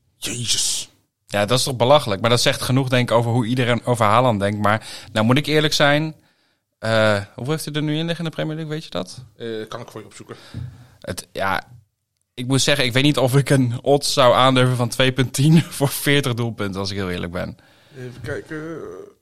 [SPEAKER 3] Jezus.
[SPEAKER 4] Ja, dat is toch belachelijk. Maar dat zegt genoeg, denk ik, over hoe iedereen over Haaland denkt. Maar nou moet ik eerlijk zijn. Uh, hoeveel heeft hij er nu in liggen in de Premier League, weet je dat?
[SPEAKER 3] Uh, kan ik voor je opzoeken.
[SPEAKER 4] Het, ja, ik moet zeggen, ik weet niet of ik een odds zou aandurven van twee komma tien voor veertig doelpunten, als ik heel eerlijk ben.
[SPEAKER 3] Even kijken. Uh,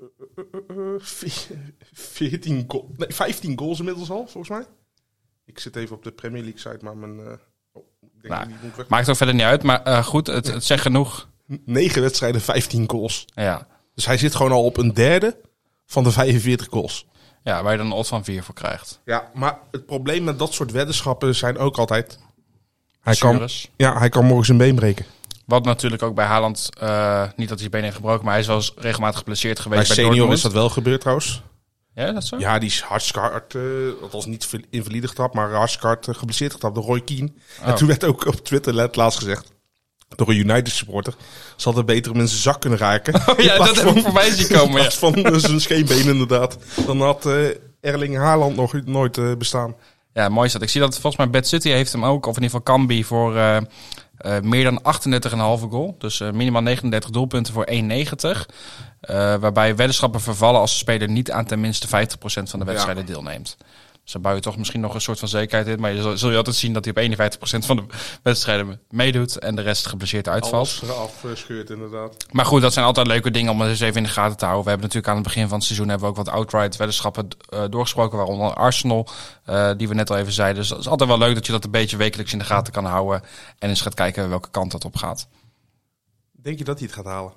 [SPEAKER 3] uh, uh, uh, veertien goal, nee, vijftien goals inmiddels al, volgens mij. Ik zit even op de Premier League site, maar mijn... Uh, oh, ik denk
[SPEAKER 4] nou,
[SPEAKER 3] die moet weg.
[SPEAKER 4] Maakt ook verder niet uit, maar uh, goed, het, het zegt genoeg.
[SPEAKER 3] Negen wedstrijden, vijftien goals.
[SPEAKER 4] Ja.
[SPEAKER 3] Dus hij zit gewoon al op een derde van de vijfenveertig goals.
[SPEAKER 4] Ja, waar je dan een odds van vier voor krijgt.
[SPEAKER 3] Ja, maar het probleem met dat soort weddenschappen zijn ook altijd... Hij kan,
[SPEAKER 4] Blessures.
[SPEAKER 3] ja, hij kan morgen zijn been breken.
[SPEAKER 4] Wat natuurlijk ook bij Haaland, uh, niet dat hij zijn been heeft gebroken, maar hij is wel eens regelmatig geblesseerd geweest
[SPEAKER 3] Bij
[SPEAKER 4] bij
[SPEAKER 3] senior
[SPEAKER 4] Dortmund.
[SPEAKER 3] is dat wel gebeurd trouwens.
[SPEAKER 4] Ja, is dat zo?
[SPEAKER 3] Ja, die is hartstikke hard, uh, althans niet invalide getrapt, maar hartstikke hard uh, geblesseerd getrapt door Roy Keane.
[SPEAKER 4] Oh.
[SPEAKER 3] En toen werd ook op Twitter net laatst gezegd, door een United supporter, ze hadden beter hem in zijn zak kunnen raken.
[SPEAKER 4] Oh, ja, dat heb ik voorbij zien komen.
[SPEAKER 3] In plaats van uh, zijn scheenbeen inderdaad. Dan had uh, Erling Haaland nog nooit uh, bestaan.
[SPEAKER 4] Ja, mooi is dat. Ik zie dat volgens mij Bad City heeft hem ook, of in ieder geval Cambi, voor uh, uh, meer dan achtendertig komma vijf goal. Dus uh, minimaal negenendertig doelpunten voor één komma negentig. Uh, waarbij weddenschappen vervallen als de speler niet aan tenminste vijftig procent van de wedstrijden ja. deelneemt. Dus dan bouw je toch misschien nog een soort van zekerheid in. Maar je zul, zul je altijd zien dat hij op eenenvijftig procent van de wedstrijden meedoet en de rest geblesseerd uitvalt.
[SPEAKER 3] Alles eraf scheurt inderdaad.
[SPEAKER 4] Maar goed, dat zijn altijd leuke dingen om eens even in de gaten te houden. We hebben natuurlijk aan het begin van het seizoen hebben we ook wat outright weddenschappen uh, doorgesproken. Waaronder Arsenal, uh, die we net al even zeiden. Dus het is altijd wel leuk dat je dat een beetje wekelijks in de gaten kan houden. En eens gaat kijken welke kant dat op gaat.
[SPEAKER 3] Denk je dat hij het gaat halen?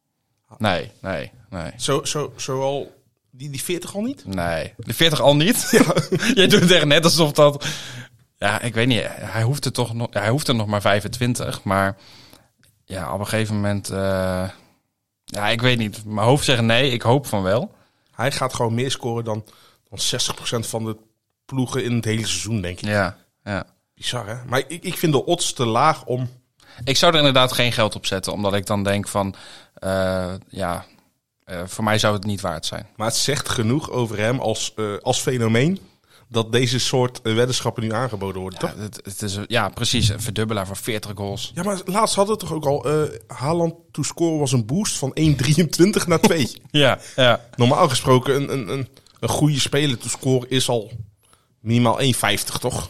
[SPEAKER 4] Nee, nee, nee.
[SPEAKER 3] Zo, zo, zo al... Die, die veertig al niet?
[SPEAKER 4] Nee, de veertig al niet? Ja. Jij doet het echt net alsof dat... Ja, ik weet niet. Hij hoeft er toch nog... Hij hoeft er nog maar vijfentwintig. Maar ja, op een gegeven moment... Uh, ja, ik weet niet. Mijn hoofd zegt nee. Ik hoop van wel.
[SPEAKER 3] Hij gaat gewoon meer scoren dan, dan zestig procent van de ploegen in het hele seizoen, denk ik.
[SPEAKER 4] Ja, ja.
[SPEAKER 3] Bizar, hè? Maar ik, ik vind de odds te laag om...
[SPEAKER 4] Ik zou er inderdaad geen geld op zetten. Omdat ik dan denk van... Uh, ja... Uh, voor mij zou het niet waard zijn.
[SPEAKER 3] Maar het zegt genoeg over hem als, uh, als fenomeen... dat deze soort uh, weddenschappen nu aangeboden worden,
[SPEAKER 4] ja,
[SPEAKER 3] toch?
[SPEAKER 4] Het, het is, ja, precies. Een verdubbelaar voor veertig goals.
[SPEAKER 3] Ja, maar laatst hadden we toch ook al... Uh, Haaland to score was een boost van één komma drieëntwintig naar twee.
[SPEAKER 4] Ja, ja.
[SPEAKER 3] Normaal gesproken, een, een, een, een goede speler to score is al minimaal één komma vijftig, toch?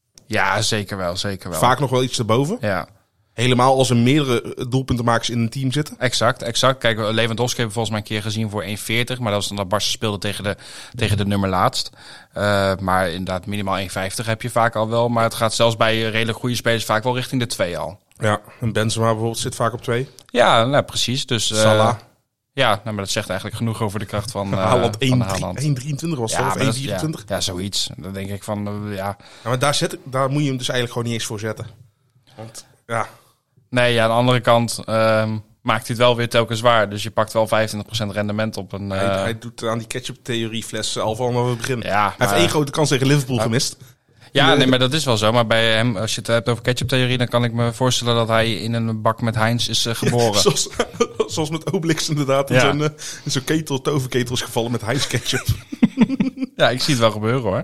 [SPEAKER 4] Ja, zeker wel, zeker wel.
[SPEAKER 3] Vaak nog wel iets erboven.
[SPEAKER 4] Ja.
[SPEAKER 3] Helemaal als er meerdere doelpuntenmakers in een team zitten.
[SPEAKER 4] Exact, exact. Kijk, Lewandowski hebben we volgens mij een keer gezien voor één komma veertig. Maar dat was dan dat Barca speelde tegen de, tegen de nummer laatst. Uh, maar inderdaad, minimaal één komma vijftig heb je vaak al wel. Maar het gaat zelfs bij redelijk goede spelers vaak wel richting de twee al.
[SPEAKER 3] Ja, en Benzema bijvoorbeeld zit vaak op twee.
[SPEAKER 4] Ja, nou, precies. Dus, uh,
[SPEAKER 3] Salah.
[SPEAKER 4] Ja, nou, maar dat zegt eigenlijk genoeg over de kracht van, uh,
[SPEAKER 3] Haaland.
[SPEAKER 4] van
[SPEAKER 3] één
[SPEAKER 4] Haaland.
[SPEAKER 3] komma drieëntwintig was het,
[SPEAKER 4] Ja,
[SPEAKER 3] of
[SPEAKER 4] maar
[SPEAKER 3] één
[SPEAKER 4] dat
[SPEAKER 3] komma
[SPEAKER 4] is-
[SPEAKER 3] vierentwintig.
[SPEAKER 4] ja, ja, zoiets. Dan denk ik van, uh, ja...
[SPEAKER 3] Ja, maar daar, zet, daar moet je hem dus eigenlijk gewoon niet eens voor zetten. Want ja,
[SPEAKER 4] Nee, ja, aan de andere kant um, maakt hij het wel weer telkens zwaar. Dus je pakt wel vijfentwintig procent rendement op een... Uh,
[SPEAKER 3] hij, hij doet aan die ketchup-theorie fles al vanaf het begin.
[SPEAKER 4] ja,
[SPEAKER 3] Hij
[SPEAKER 4] maar-
[SPEAKER 3] heeft één grote kans tegen Liverpool
[SPEAKER 4] Maar-
[SPEAKER 3] gemist.
[SPEAKER 4] Ja, nee, maar dat is wel zo. Maar bij hem, als je het hebt over ketchup-theorie, dan kan ik me voorstellen dat hij in een bak met Heinz is uh, geboren.
[SPEAKER 3] Zoals, zoals met Obelix inderdaad. In
[SPEAKER 4] Ja.
[SPEAKER 3] zo'n, uh, in zo'n ketel, toverketel is gevallen met Heinz ketchup.
[SPEAKER 4] Ja, ik zie het wel gebeuren hoor.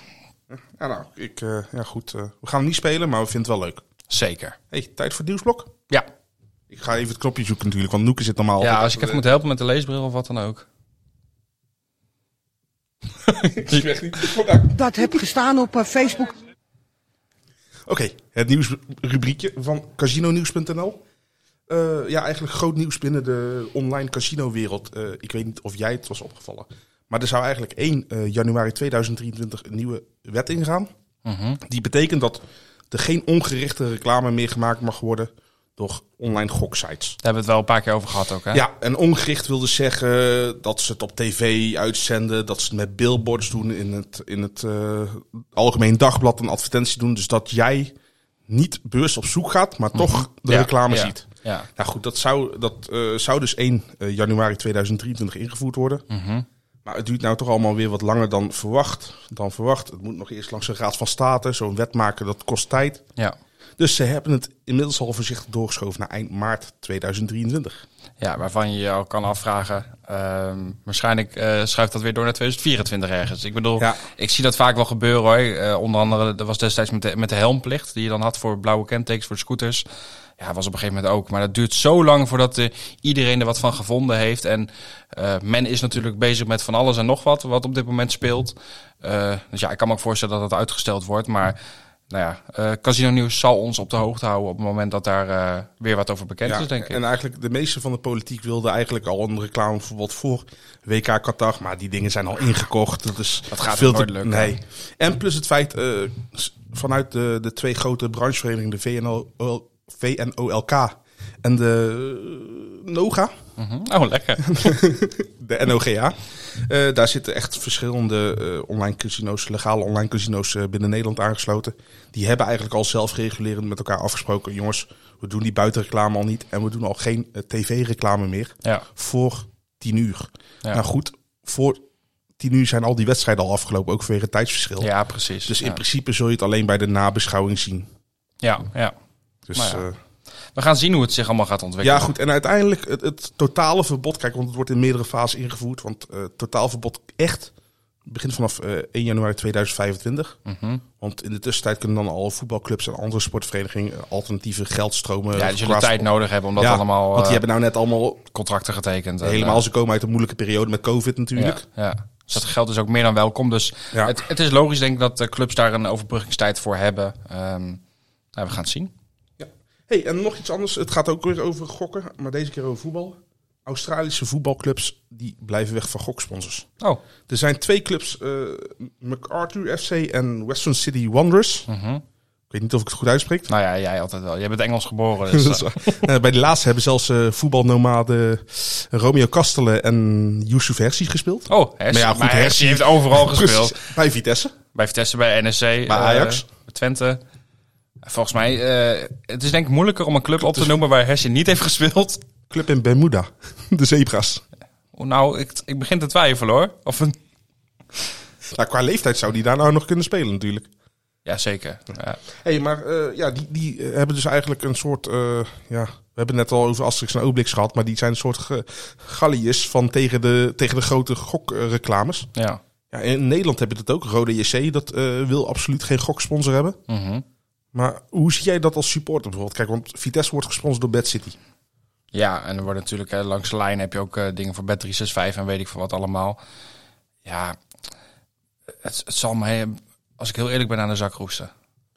[SPEAKER 3] Ja, nou, ik, uh, ja goed. Uh, we gaan hem niet spelen, maar we vinden het wel leuk.
[SPEAKER 4] Zeker.
[SPEAKER 3] Hey, tijd voor het nieuwsblok.
[SPEAKER 4] Ja.
[SPEAKER 3] Ik ga even het knopje zoeken natuurlijk, want Noeke zit normaal...
[SPEAKER 4] Ja,
[SPEAKER 3] altijd
[SPEAKER 4] als ik even
[SPEAKER 3] achter
[SPEAKER 4] moet helpen met de leesbril of wat dan ook.
[SPEAKER 3] de- Ik zeg niet.
[SPEAKER 6] Dat heb gestaan op uh, Facebook.
[SPEAKER 3] Oké, het nieuwsrubriekje van casino nieuws punt n l. Uh, ja, eigenlijk groot nieuws binnen de online casino-wereld. Uh, ik weet niet of jij het was opgevallen. Maar er zou eigenlijk één uh, januari tweeduizend drieëntwintig een nieuwe wet ingaan.
[SPEAKER 4] Mm-hmm.
[SPEAKER 3] Die betekent dat er geen ongerichte reclame meer gemaakt mag worden door online goksites.
[SPEAKER 4] Daar hebben we het wel een paar keer over gehad ook, hè?
[SPEAKER 3] Ja, en ongericht wil dus zeggen dat ze het op tv uitzenden, dat ze het met billboards doen in het, in het uh, Algemeen Dagblad, een advertentie doen. Dus dat jij niet bewust op zoek gaat, maar toch
[SPEAKER 4] Mm-hmm.
[SPEAKER 3] de
[SPEAKER 4] Ja,
[SPEAKER 3] reclame
[SPEAKER 4] ja,
[SPEAKER 3] ziet.
[SPEAKER 4] Ja.
[SPEAKER 3] Nou goed, dat zou, dat, uh, zou dus één januari tweeduizend drieëntwintig ingevoerd worden.
[SPEAKER 4] Mm-hmm.
[SPEAKER 3] Maar het duurt nou toch allemaal weer wat langer dan verwacht. Dan verwacht. Het moet nog eerst langs de Raad van State. Zo'n wet maken, dat kost tijd.
[SPEAKER 4] Ja.
[SPEAKER 3] Dus ze hebben het inmiddels al voorzichtig doorgeschoven naar eind maart tweeduizend drieëntwintig.
[SPEAKER 4] Ja, waarvan je je al kan afvragen. Um, waarschijnlijk uh, schuift dat weer door naar tweeduizend vierentwintig ergens. Ik bedoel,
[SPEAKER 3] Ja.
[SPEAKER 4] ik zie dat vaak wel gebeuren hoor. Uh, onder andere, dat was destijds met de, met de helmplicht die je dan had voor blauwe kentekens voor scooters. Ja, was op een gegeven moment ook. Maar dat duurt zo lang voordat uh, iedereen er wat van gevonden heeft. En uh, men is natuurlijk bezig met van alles en nog wat, wat op dit moment speelt. Uh, dus ja, ik kan me ook voorstellen dat het uitgesteld wordt. Maar nou ja, uh, Casino Nieuws zal ons op de hoogte houden op het moment dat daar uh, weer wat over bekend is, denk ik.
[SPEAKER 3] En eigenlijk de meeste van de politiek wilde eigenlijk al een reclame bijvoorbeeld voor W K Qatar. Maar die dingen zijn al ingekocht. Dat, is
[SPEAKER 4] Dat gaat
[SPEAKER 3] veel
[SPEAKER 4] nooit
[SPEAKER 3] te
[SPEAKER 4] lukken.
[SPEAKER 3] Nee. En plus het feit, uh, vanuit de, de twee grote brancheverenigingen, de V N O, V N O L K en de uh, NOGA,
[SPEAKER 4] Mm-hmm. Oh, lekker.
[SPEAKER 3] de N O G A. Uh, daar zitten echt verschillende uh, online casino's, legale online casino's uh, binnen Nederland aangesloten. Die hebben eigenlijk al zelfregulerend met elkaar afgesproken. Jongens, we doen die buitenreclame al niet en we doen al geen uh, tv-reclame meer
[SPEAKER 4] Ja.
[SPEAKER 3] voor tien uur.
[SPEAKER 4] Ja.
[SPEAKER 3] Nou goed, voor tien uur zijn al die wedstrijden al afgelopen, ook vanwege het tijdsverschil.
[SPEAKER 4] Ja, precies.
[SPEAKER 3] Dus in
[SPEAKER 4] ja.
[SPEAKER 3] principe zul je het alleen bij de nabeschouwing zien.
[SPEAKER 4] Ja, ja.
[SPEAKER 3] Dus,
[SPEAKER 4] Maar ja.
[SPEAKER 3] uh,
[SPEAKER 4] We gaan zien hoe het zich allemaal gaat ontwikkelen.
[SPEAKER 3] ja, goed. En uiteindelijk het, het totale verbod. Kijk, want het wordt in meerdere fasen ingevoerd. Want het uh, totaalverbod echt begint vanaf uh, één januari tweeduizend vijfentwintig.
[SPEAKER 4] Mm-hmm.
[SPEAKER 3] Want in de tussentijd kunnen dan al voetbalclubs en andere sportverenigingen uh, alternatieve geldstromen.
[SPEAKER 4] Ja, die zullen
[SPEAKER 3] qua-
[SPEAKER 4] tijd nodig hebben om dat
[SPEAKER 3] Ja,
[SPEAKER 4] allemaal
[SPEAKER 3] Want die
[SPEAKER 4] uh,
[SPEAKER 3] hebben nou net allemaal
[SPEAKER 4] contracten getekend. En,
[SPEAKER 3] helemaal.
[SPEAKER 4] uh,
[SPEAKER 3] Ze komen uit een moeilijke periode met COVID natuurlijk.
[SPEAKER 4] Ja, ja. Dus dat geld is ook meer dan welkom. Dus
[SPEAKER 3] Ja.
[SPEAKER 4] het, het is logisch denk ik dat de clubs daar een overbruggingstijd voor hebben. Um, nou, we gaan het zien.
[SPEAKER 3] Hey, en nog iets anders. Het gaat ook weer over gokken, maar deze keer over voetbal. Australische voetbalclubs die blijven weg van goksponsors.
[SPEAKER 4] Oh.
[SPEAKER 3] Er zijn twee clubs, uh, MacArthur F C en Western City Wanderers.
[SPEAKER 4] Mm-hmm.
[SPEAKER 3] Ik weet niet of ik het goed uitspreek.
[SPEAKER 4] Nou ja, jij altijd wel. Jij bent Engels geboren. Dus,
[SPEAKER 3] Dus,
[SPEAKER 4] uh,
[SPEAKER 3] uh, bij de laatste hebben zelfs uh, voetbalnomaden Romeo Kastelen en Youssef Hersi gespeeld.
[SPEAKER 4] oh, Hersi.
[SPEAKER 3] Maar ja, goed,
[SPEAKER 4] maar Hersi
[SPEAKER 3] Hersi-
[SPEAKER 4] heeft overal gespeeld.
[SPEAKER 3] Precies, bij Vitesse.
[SPEAKER 4] Bij Vitesse, bij N S C. Bij
[SPEAKER 3] Ajax.
[SPEAKER 4] bij Twente. Volgens mij, uh, het is denk ik moeilijker om een club op te noemen waar Hersi niet heeft gespeeld.
[SPEAKER 3] Club in Bermuda, de Zebra's.
[SPEAKER 4] Oh, nou, ik, ik begin te twijfelen hoor. Of een...
[SPEAKER 3] Nou, qua leeftijd zou die daar nou nog kunnen spelen natuurlijk.
[SPEAKER 4] Ja, zeker. Ja.
[SPEAKER 3] Hey, maar uh, ja, die, die uh, hebben dus eigenlijk een soort... Uh, ja, we hebben het net al over Asterix en Obelix gehad, maar die zijn een soort ge- galliërs van tegen de, tegen de grote gokreclames.
[SPEAKER 4] Ja.
[SPEAKER 3] Ja, in Nederland heb je dat ook. Rode J C, dat uh, wil absoluut geen goksponsor hebben.
[SPEAKER 4] Mm-hmm.
[SPEAKER 3] Maar hoe zie jij dat als supporter bijvoorbeeld? Kijk, want Vitesse wordt gesponsord door Bad City.
[SPEAKER 4] Ja, en er wordt natuurlijk hè, langs de lijn heb je ook uh, dingen voor Bet drie zes vijf en weet ik veel wat allemaal. Ja, het, het zal mij, als ik heel eerlijk ben, aan de zak roesten.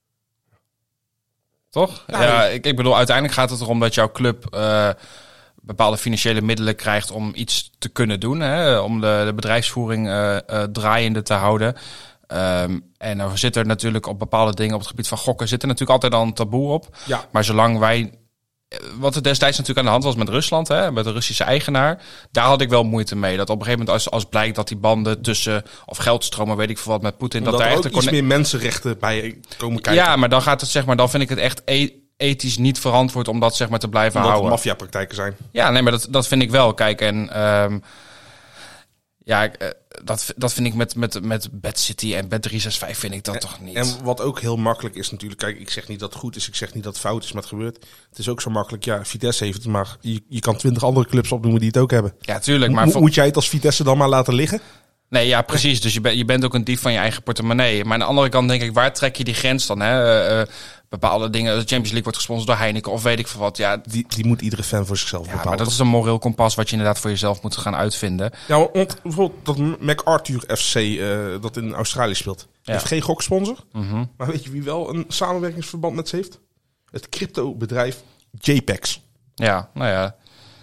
[SPEAKER 4] Toch?
[SPEAKER 3] Ja,
[SPEAKER 4] Ja, ik, ik bedoel, uiteindelijk gaat het erom dat jouw club uh, bepaalde financiële middelen krijgt om iets te kunnen doen. Hè, om de, de bedrijfsvoering uh, uh, draaiende te houden. Um, en er zit er natuurlijk op bepaalde dingen op het gebied van gokken zit er natuurlijk altijd al een taboe op.
[SPEAKER 3] Ja.
[SPEAKER 4] Maar zolang wij, wat er destijds natuurlijk aan de hand was met Rusland, hè, met de Russische eigenaar, daar had ik wel moeite mee. Dat op een gegeven moment als, als blijkt dat die banden tussen, of geldstromen, weet ik veel wat, met Poetin, dat
[SPEAKER 3] Omdat
[SPEAKER 4] daar
[SPEAKER 3] er
[SPEAKER 4] echt
[SPEAKER 3] ook
[SPEAKER 4] een
[SPEAKER 3] iets
[SPEAKER 4] conne-
[SPEAKER 3] meer mensenrechten bij komen kijken.
[SPEAKER 4] Ja, maar dan gaat het zeg maar, dan vind ik het echt e- ethisch niet verantwoord om dat zeg maar te blijven
[SPEAKER 3] Omdat er
[SPEAKER 4] houden.
[SPEAKER 3] maffiapraktijken zijn.
[SPEAKER 4] Ja, nee, maar dat, dat vind ik wel. Kijk, en um, ja, ik, uh, dat, dat vind ik met, met, met Bad City en Bet drie zes vijf vind ik dat
[SPEAKER 3] en,
[SPEAKER 4] toch niet.
[SPEAKER 3] En wat ook heel makkelijk is natuurlijk. Kijk, ik zeg niet dat het goed is. Ik zeg niet dat het fout is, maar het gebeurt. Het is ook zo makkelijk. Ja, Vitesse heeft het, maar je, je kan twintig andere clubs opnoemen die het ook hebben.
[SPEAKER 4] Ja, tuurlijk. Maar
[SPEAKER 3] Mo-
[SPEAKER 4] vo-
[SPEAKER 3] Moet jij het als Vitesse dan maar laten liggen?
[SPEAKER 4] Nee, ja, precies. Dus je, ben, je bent ook een dief van je eigen portemonnee. Maar aan de andere kant denk ik, waar trek je die grens dan? Hè? Uh, bepaalde dingen, de Champions League wordt gesponsord door Heineken of weet ik veel wat. Ja,
[SPEAKER 3] Die, die moet iedere fan voor zichzelf
[SPEAKER 4] ja
[SPEAKER 3] bepalen.
[SPEAKER 4] maar dat is een moreel kompas wat je inderdaad voor jezelf moet gaan uitvinden.
[SPEAKER 3] Ja, want bijvoorbeeld dat MacArthur F C uh, dat in Australië speelt.
[SPEAKER 4] Ja.
[SPEAKER 3] Heeft geen goksponsor.
[SPEAKER 4] Mm-hmm.
[SPEAKER 3] Maar weet je wie wel een samenwerkingsverband met ze heeft? Het crypto-bedrijf JPEX.
[SPEAKER 4] Ja, nou ja.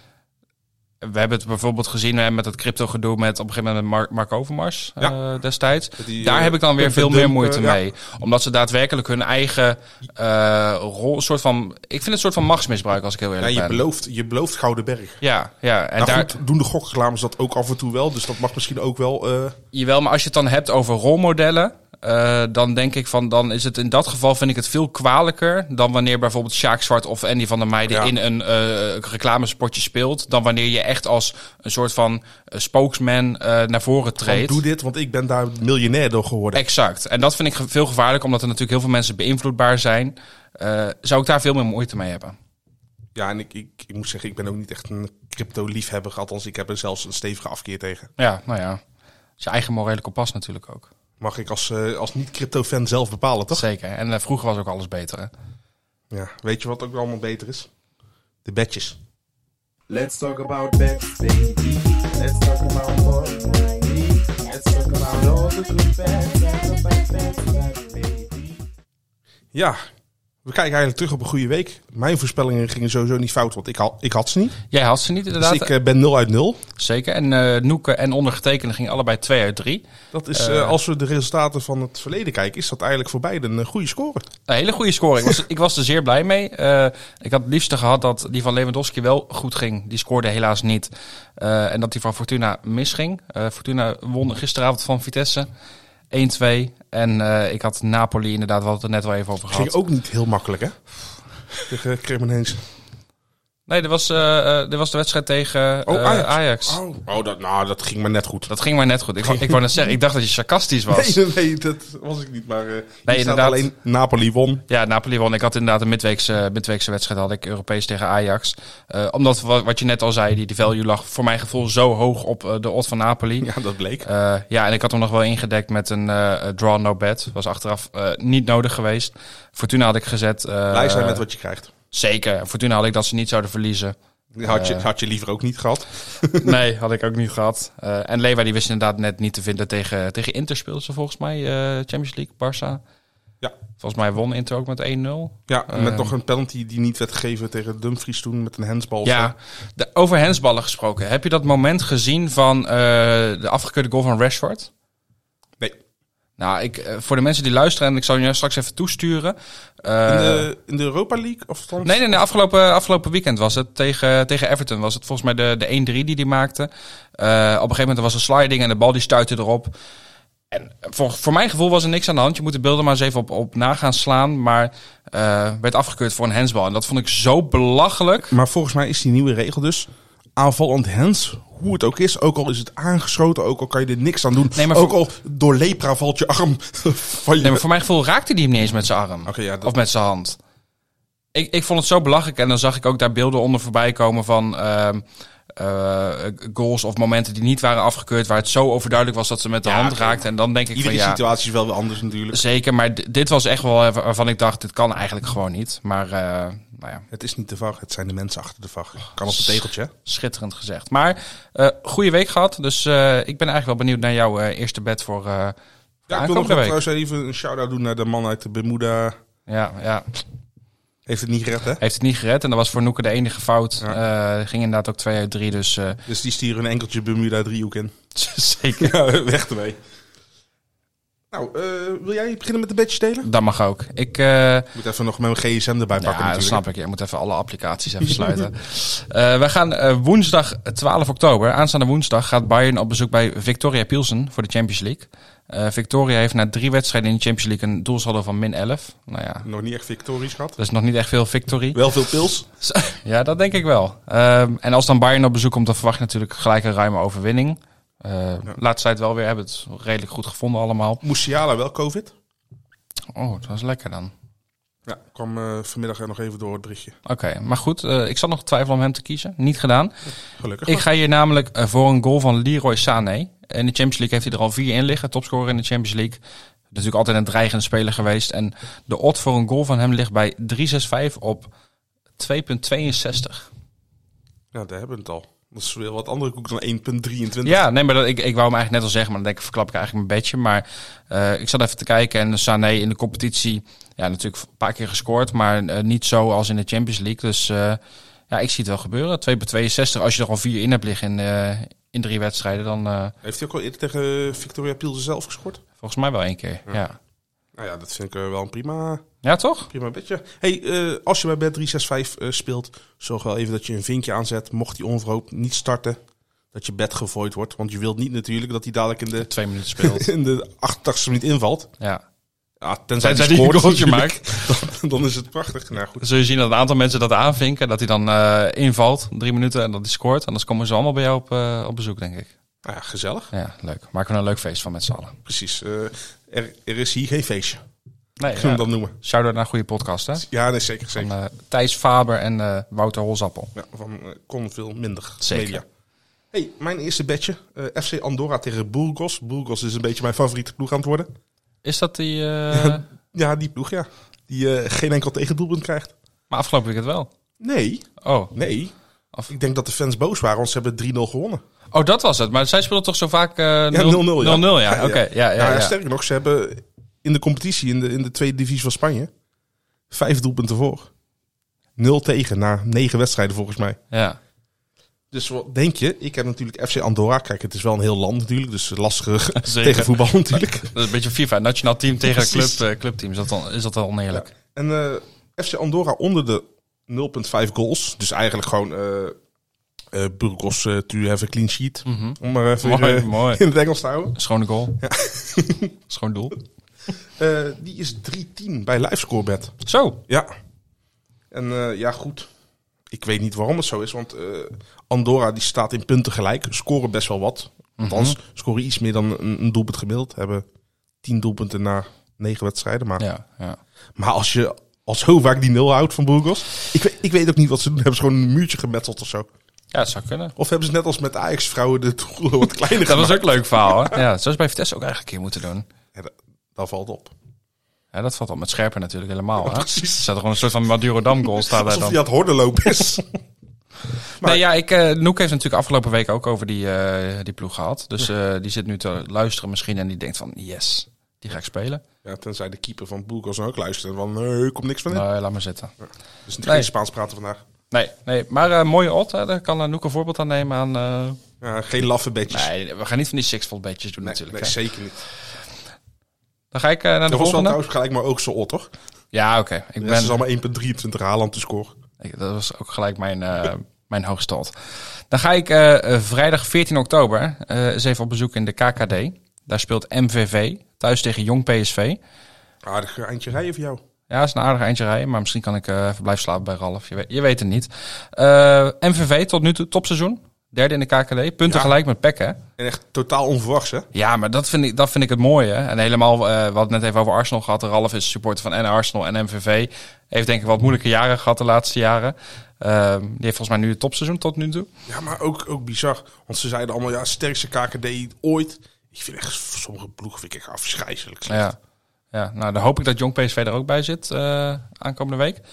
[SPEAKER 4] We hebben het bijvoorbeeld gezien hè, met het crypto-gedoe met op een gegeven moment met Mark, Mark Overmars
[SPEAKER 3] Ja.
[SPEAKER 4] uh, destijds.
[SPEAKER 3] Die,
[SPEAKER 4] Daar
[SPEAKER 3] uh,
[SPEAKER 4] heb ik dan weer
[SPEAKER 3] dump
[SPEAKER 4] veel
[SPEAKER 3] en
[SPEAKER 4] meer
[SPEAKER 3] dump,
[SPEAKER 4] moeite
[SPEAKER 3] uh, ja.
[SPEAKER 4] mee. Omdat ze daadwerkelijk hun eigen uh, rol, een soort van, ik vind het een soort van machtsmisbruik als ik heel
[SPEAKER 3] Ja,
[SPEAKER 4] eerlijk
[SPEAKER 3] je,
[SPEAKER 4] ben.
[SPEAKER 3] belooft, je belooft Gouden Berg.
[SPEAKER 4] Ja, ja. En
[SPEAKER 3] Nou
[SPEAKER 4] daar,
[SPEAKER 3] goed, doen de gokreclames dat ook af en toe wel. Dus dat mag misschien ook wel... Uh,
[SPEAKER 4] Jawel, maar als je het dan hebt over rolmodellen, uh, dan denk ik van, dan is het in dat geval vind ik het veel kwalijker dan wanneer bijvoorbeeld Sjaak Zwart of Andy van der Meijden
[SPEAKER 3] Ja.
[SPEAKER 4] in een uh, reclamespotje speelt. Dan wanneer je echt als een soort van uh, spokesman uh, naar voren
[SPEAKER 3] van,
[SPEAKER 4] treedt.
[SPEAKER 3] doe dit, want ik ben daar miljonair door geworden.
[SPEAKER 4] Exact. En dat vind ik ge- veel gevaarlijk, omdat er natuurlijk heel veel mensen beïnvloedbaar zijn. Uh, zou ik daar veel meer moeite mee hebben.
[SPEAKER 3] Ja, en ik, ik, ik moet zeggen, ik ben ook niet echt een crypto-liefhebber. Althans, ik heb er zelfs een stevige afkeer tegen.
[SPEAKER 4] Ja, nou ja. Dat is je eigen morele kompas natuurlijk ook.
[SPEAKER 3] Mag ik als, uh, als niet-crypto-fan zelf bepalen, toch?
[SPEAKER 4] Zeker. En uh, vroeger was ook alles beter, hè?
[SPEAKER 3] Ja, weet je wat ook allemaal beter is? De bedjes.
[SPEAKER 7] Let's talk about bets, baby. Let's talk about more money. Let's talk about all the good bets. Let's talk about bets, baby.
[SPEAKER 3] Ja, we kijken eigenlijk terug op een goede week. Mijn voorspellingen gingen sowieso niet fout, want ik, had, ik had ze niet.
[SPEAKER 4] Jij had ze niet, inderdaad.
[SPEAKER 3] Dus ik uh, ben nul uit nul.
[SPEAKER 4] Zeker. En uh, Noeke en ondergetekende gingen allebei twee uit drie.
[SPEAKER 3] Dat is,
[SPEAKER 4] Uh,
[SPEAKER 3] uh, als we de resultaten van het verleden kijken, is dat eigenlijk voor beiden een goede score.
[SPEAKER 4] Een hele goede score. Ik was, ik was er zeer blij mee. Uh, ik had het liefste gehad dat die van Lewandowski wel goed ging. Die scoorde helaas niet. Uh, en dat die van Fortuna misging. Uh, Fortuna won gisteravond van Vitesse. één twee. En uh, ik had Napoli inderdaad, we hadden het er net wel even over gehad.
[SPEAKER 3] Ging ook niet heel makkelijk, hè? Tegen Cremonese.
[SPEAKER 4] Nee, dit was, uh, uh, dit was de wedstrijd tegen
[SPEAKER 3] Oh,
[SPEAKER 4] uh,
[SPEAKER 3] Ajax.
[SPEAKER 4] Ajax.
[SPEAKER 3] Oh, oh dat, nou, dat ging maar net goed.
[SPEAKER 4] Dat ging maar net goed. Ik, wou- ik wou net zeggen, ik dacht dat je sarcastisch was.
[SPEAKER 3] Nee, nee, dat was ik niet. Maar uh, nee,
[SPEAKER 4] inderdaad.
[SPEAKER 3] alleen Napoli won.
[SPEAKER 4] Ja, Napoli won. Ik had inderdaad een midweekse, midweekse wedstrijd, had ik Europees tegen Ajax. Uh, omdat, wat, wat je net al zei, die, die value lag voor mijn gevoel zo hoog op uh, de odd van Napoli.
[SPEAKER 3] Ja, dat bleek.
[SPEAKER 4] Uh, ja, en ik had hem nog wel ingedekt met een uh, draw no bet. Was achteraf uh, niet nodig geweest. Fortuna had ik gezet. Uh,
[SPEAKER 3] Blij zijn met wat je krijgt.
[SPEAKER 4] Zeker. Fortuna had ik dat ze niet zouden verliezen.
[SPEAKER 3] Had je,
[SPEAKER 4] Uh,
[SPEAKER 3] had je liever ook niet gehad.
[SPEAKER 4] Nee, had ik ook niet gehad. Uh, en Lewa die wist inderdaad net niet te vinden tegen, tegen Inter speelden ze volgens mij. Uh, Champions League, Barça.
[SPEAKER 3] Ja.
[SPEAKER 4] Volgens mij won Inter ook met één nul.
[SPEAKER 3] Ja,
[SPEAKER 4] Uh,
[SPEAKER 3] met nog een penalty die niet werd gegeven tegen Dumfries toen met een handsbal.
[SPEAKER 4] Ja, de, over hensballen gesproken. Heb je dat moment gezien van uh, de afgekeurde goal van Rashford?
[SPEAKER 3] Nee.
[SPEAKER 4] Nou, ik, uh, voor de mensen die luisteren, en ik zal je straks even toesturen. Uh,
[SPEAKER 3] In de, in de Europa League? Of dan?
[SPEAKER 4] Nee, nee, nee. Afgelopen, afgelopen weekend was het. Tegen, tegen Everton was het volgens mij de, de één drie die die maakte. Uh, op een gegeven moment was er sliding en de bal die stuitte erop. En voor, voor mijn gevoel was er niks aan de hand. Je moet de beelden maar eens even op, op na gaan slaan. Maar uh, werd afgekeurd voor een handsbal. En dat vond ik zo belachelijk.
[SPEAKER 3] Maar volgens mij is die nieuwe regel dus aanvallend hands, hoe het ook is. Ook al is het aangeschoten, ook al kan je er niks aan doen.
[SPEAKER 4] Nee, maar
[SPEAKER 3] ook
[SPEAKER 4] voor-
[SPEAKER 3] al door lepra valt je arm van je...
[SPEAKER 4] Nee, maar voor mijn gevoel raakte hij hem niet eens met zijn arm.
[SPEAKER 3] Oké, ja, dat-
[SPEAKER 4] Of met zijn hand. Ik, ik vond het zo belachelijk. En dan zag ik ook daar beelden onder voorbij komen van uh, uh, goals of momenten die niet waren afgekeurd. Waar het zo overduidelijk was dat ze met de
[SPEAKER 3] Ja,
[SPEAKER 4] hand
[SPEAKER 3] oké.
[SPEAKER 4] raakten. En dan denk ik
[SPEAKER 3] Iedere
[SPEAKER 4] van ja,
[SPEAKER 3] situatie is wel weer anders natuurlijk.
[SPEAKER 4] zeker. Maar d- dit was echt wel even waarvan ik dacht, dit kan eigenlijk gewoon niet. Maar uh, nou ja,
[SPEAKER 3] Het is niet de V A R, het zijn de mensen achter de V A R. Kan op het tegeltje, hè?
[SPEAKER 4] schitterend gezegd. Maar uh, goede week gehad. Dus uh, ik ben eigenlijk wel benieuwd naar jouw uh, eerste bet voor, uh, voor
[SPEAKER 3] Ja, ik wil nog
[SPEAKER 4] aankomende week.
[SPEAKER 3] trouwens even een shout-out doen naar de man uit de Bermuda.
[SPEAKER 4] Ja, ja.
[SPEAKER 3] Heeft het niet gered, hè?
[SPEAKER 4] Heeft het niet gered. En dat was voor Noeke de enige fout. Uh, ging inderdaad ook twee uit drie. Dus uh,
[SPEAKER 3] Dus die sturen een enkeltje Bermuda driehoek in.
[SPEAKER 4] zeker.
[SPEAKER 3] Ja, weg ermee. Nou, uh, wil jij beginnen met de badge delen?
[SPEAKER 4] Dat mag ook. Ik, uh,
[SPEAKER 3] Ik moet even nog mijn gsm erbij pakken
[SPEAKER 4] ja, dat
[SPEAKER 3] natuurlijk.
[SPEAKER 4] snap ik. Je moet even alle applicaties even sluiten. uh, we gaan uh, woensdag twaalf oktober, aanstaande woensdag, gaat Bayern op bezoek bij Victoria Pilsen voor de Champions League. Uh, Victoria heeft na drie wedstrijden in de Champions League een doelsaldo van min elf. Nou ja,
[SPEAKER 3] Nog niet echt victorisch gehad.
[SPEAKER 4] dat is nog niet echt veel victory.
[SPEAKER 3] Wel veel pils.
[SPEAKER 4] Ja, dat denk ik wel. Um, en als dan Bayern op bezoek komt, dan verwacht je natuurlijk gelijk een ruime overwinning. Uh, ja. Laatste tijd wel weer, hebben het redelijk goed gevonden allemaal.
[SPEAKER 3] Musiala wel COVID.
[SPEAKER 4] Oh, dat was lekker dan.
[SPEAKER 3] Ja, kwam uh, vanmiddag er nog even door het berichtje.
[SPEAKER 4] Oké, okay, maar goed. Uh, ik zat nog twijfelen om hem te kiezen. Niet gedaan.
[SPEAKER 3] Gelukkig.
[SPEAKER 4] Ik ga hier namelijk uh, voor een goal van Leroy Sané. In de Champions League heeft hij er al vier in liggen. Topscorer in de Champions League. Natuurlijk altijd een dreigende speler geweest. En de odd voor een goal van hem ligt bij drie komma vijfenzestig op twee komma tweeënzestig.
[SPEAKER 3] Ja, daar hebben we het al. Dat is weer wat andere koek dan één komma drieëntwintig.
[SPEAKER 4] Ja, nee, maar dat, ik, ik wou hem eigenlijk net al zeggen, maar dan denk ik, verklap ik eigenlijk mijn bedje. Maar uh, ik zat even te kijken en Sané in de competitie, ja, natuurlijk een paar keer gescoord, maar uh, niet zo als in de Champions League. Dus uh, ja, ik zie het wel gebeuren. twee komma tweeënzestig, als je er al vier in hebt liggen in, uh, in drie wedstrijden, dan... Uh,
[SPEAKER 3] Heeft hij ook al eerder tegen Victoria Pilsen zelf gescoord?
[SPEAKER 4] Volgens mij wel één keer, ja. ja.
[SPEAKER 3] Nou ja, dat vind ik uh, wel een prima...
[SPEAKER 4] Ja, toch?
[SPEAKER 3] Prima bedje. Hey, uh, als je bij Bet drie zes vijf uh, speelt, zorg wel even dat je een vinkje aanzet. Mocht die onverhoopt niet starten, dat je bed gevooid wordt. Want je wilt niet natuurlijk dat hij dadelijk in de...
[SPEAKER 4] Twee minuten speelt.
[SPEAKER 3] in de achtentachtigste minuut invalt.
[SPEAKER 4] Ja.
[SPEAKER 3] Ja, tenzij
[SPEAKER 4] hij
[SPEAKER 3] hij
[SPEAKER 4] die
[SPEAKER 3] scoort,
[SPEAKER 4] goaltje maakt.
[SPEAKER 3] Dan, dan is het prachtig. Nou goed.
[SPEAKER 4] Zul je zien dat een aantal mensen dat aanvinken. Dat hij dan uh, invalt, drie minuten, en dat hij scoort. Anders komen ze allemaal bij jou op, uh, op bezoek, denk ik.
[SPEAKER 3] Nou ja, gezellig.
[SPEAKER 4] Ja, leuk. Maken we er een leuk feest van met z'n allen.
[SPEAKER 3] Precies. Uh, er, er is hier geen feestje.
[SPEAKER 4] Nee,
[SPEAKER 3] Kunnen
[SPEAKER 4] ja.
[SPEAKER 3] we dat noemen?
[SPEAKER 4] Shout-out naar een goede podcast, hè?
[SPEAKER 3] Ja, nee, zeker. zeker.
[SPEAKER 4] Van uh, Thijs Faber en uh, Wouter Holzappel.
[SPEAKER 3] Ja, van uh, kon veel minder.
[SPEAKER 4] Zeker.
[SPEAKER 3] Media. Hey, mijn eerste bedje. Uh, F C Andorra tegen Burgos. Burgos is een beetje mijn favoriete ploeg aan het worden.
[SPEAKER 4] Is dat die... Uh...
[SPEAKER 3] Ja, die ploeg, ja. Die uh, geen enkel tegendoelpunt krijgt.
[SPEAKER 4] Maar afgelopen weekend wel.
[SPEAKER 3] Nee.
[SPEAKER 4] Oh.
[SPEAKER 3] Nee.
[SPEAKER 4] Of...
[SPEAKER 3] Ik denk dat de fans boos waren, want ze hebben drie nul gewonnen.
[SPEAKER 4] Oh, dat was het. Maar zij speelden toch zo vaak uh,
[SPEAKER 3] Ja, nul nul.
[SPEAKER 4] nul nul, ja. Oké, okay. ja, ja, ja,
[SPEAKER 3] nou,
[SPEAKER 4] ja.
[SPEAKER 3] Sterker nog, ze hebben in de competitie, in de, in de tweede divisie van Spanje, vijf doelpunten voor. Nul tegen, na negen wedstrijden volgens mij.
[SPEAKER 4] Ja.
[SPEAKER 3] Dus wat denk je? Ik heb natuurlijk F C Andorra. Kijk, het is wel een heel land natuurlijk, dus lastig tegen voetbal natuurlijk.
[SPEAKER 4] Dat is een beetje FIFA, nationaal team tegen club, uh, clubteam. Is dat, dan, is dat wel oneerlijk?
[SPEAKER 3] Ja. En uh, F C Andorra onder de nul komma vijf goals. Dus eigenlijk gewoon uh, uh, Burgos uh, to have a clean sheet.
[SPEAKER 4] Mm-hmm.
[SPEAKER 3] Om maar even
[SPEAKER 4] mooi,
[SPEAKER 3] uh,
[SPEAKER 4] mooi.
[SPEAKER 3] in het Engels te houden.
[SPEAKER 4] Schone goal.
[SPEAKER 3] Ja.
[SPEAKER 4] Schoon doel.
[SPEAKER 3] Uh, die is drie tien bij LiveScorebet.
[SPEAKER 4] Zo.
[SPEAKER 3] Ja. En uh, ja, goed. Ik weet niet waarom het zo is, want uh, Andorra die staat in punten gelijk. Scoren best wel wat. Althans, mm-hmm. scoren iets meer dan een, een doelpunt gemiddeld. Hebben tien doelpunten na negen wedstrijden. Maar,
[SPEAKER 4] ja, ja.
[SPEAKER 3] maar als je al zo vaak die nul houdt van Burgos. Ik weet, ik weet ook niet wat ze doen. Hebben ze gewoon een muurtje gemetseld of zo?
[SPEAKER 4] Ja, dat zou kunnen.
[SPEAKER 3] Of hebben ze net als met de Ajax-vrouwen de doelen wat kleiner
[SPEAKER 4] Dat
[SPEAKER 3] gemaakt?
[SPEAKER 4] was ook een leuk verhaal, hè? Ja, zoals bij Vitesse ook eigenlijk een keer moeten doen.
[SPEAKER 3] Ja, dat, dat valt op.
[SPEAKER 4] Ja, dat valt op met Scherpen natuurlijk helemaal.
[SPEAKER 3] Ja,
[SPEAKER 4] hè?
[SPEAKER 3] precies.
[SPEAKER 4] Er staat er gewoon een soort van Madurodam goal. Staat
[SPEAKER 3] Alsof
[SPEAKER 4] daar
[SPEAKER 3] hij
[SPEAKER 4] dan.
[SPEAKER 3] aan het hordenlopen is.
[SPEAKER 4] Maar... Nee, ja, ik, uh, Noek heeft natuurlijk afgelopen week ook over die, uh, die ploeg gehad. Dus uh, die zit nu te luisteren misschien en die denkt van yes, die ga ik spelen.
[SPEAKER 3] Ja, tenzij de keeper van Burgos ook luistert. Van nee, er komt niks van in.
[SPEAKER 4] Nee, laat maar zitten.
[SPEAKER 3] Ja. Dus
[SPEAKER 4] Nee.
[SPEAKER 3] geen Spaans praten vandaag.
[SPEAKER 4] Nee, nee, maar uh, mooie odd. Hè? Daar kan uh, Noek een voorbeeld aan nemen aan... Uh...
[SPEAKER 3] Ja, geen laffe bedjes.
[SPEAKER 4] Nee, we gaan niet van die sixfold bedjes doen
[SPEAKER 3] nee,
[SPEAKER 4] natuurlijk.
[SPEAKER 3] nee
[SPEAKER 4] Hè?
[SPEAKER 3] zeker niet.
[SPEAKER 4] Dan ga ik uh, naar de
[SPEAKER 3] Dat was wel
[SPEAKER 4] volgende.
[SPEAKER 3] trouwens gelijk maar ook zo odd, toch?
[SPEAKER 4] Ja, oké. Okay. Ik
[SPEAKER 3] Het
[SPEAKER 4] ben...
[SPEAKER 3] is allemaal één komma drieëntwintig Haaland te scoren.
[SPEAKER 4] Ik, dat was ook gelijk mijn, uh, mijn hoogste odd. Dan ga ik uh, uh, vrijdag veertien oktober uh, eens even op bezoek in de K K D. Daar speelt M V V thuis tegen Jong P S V.
[SPEAKER 3] Aardig eindje rijden voor jou.
[SPEAKER 4] Ja, dat is een aardige eindje rijden, maar misschien kan ik uh, even blijven slapen bij Ralf. Je weet, je weet het niet. Uh, M V V tot nu toe topseizoen. Derde in de K K D. Punten
[SPEAKER 3] Ja.
[SPEAKER 4] gelijk met P E C, hè?
[SPEAKER 3] En echt totaal onverwachts, hè?
[SPEAKER 4] Ja, maar dat vind ik, dat vind ik het mooie. Hè? En helemaal, uh, we hadden het net even over Arsenal gehad. Ralf is supporter van en Arsenal en M V V. Heeft denk ik wat moeilijke jaren gehad de laatste jaren. Uh, die heeft volgens mij nu het topseizoen tot nu toe.
[SPEAKER 3] Ja, maar ook, ook bizar. Want ze zeiden allemaal, ja, sterkste K K D ooit. Ik vind echt, sommige ploegen vind ik echt afschrijzelijk slecht.
[SPEAKER 4] Ja. Ja, nou dan hoop ik dat Jong P S V er ook bij zit uh, aankomende week.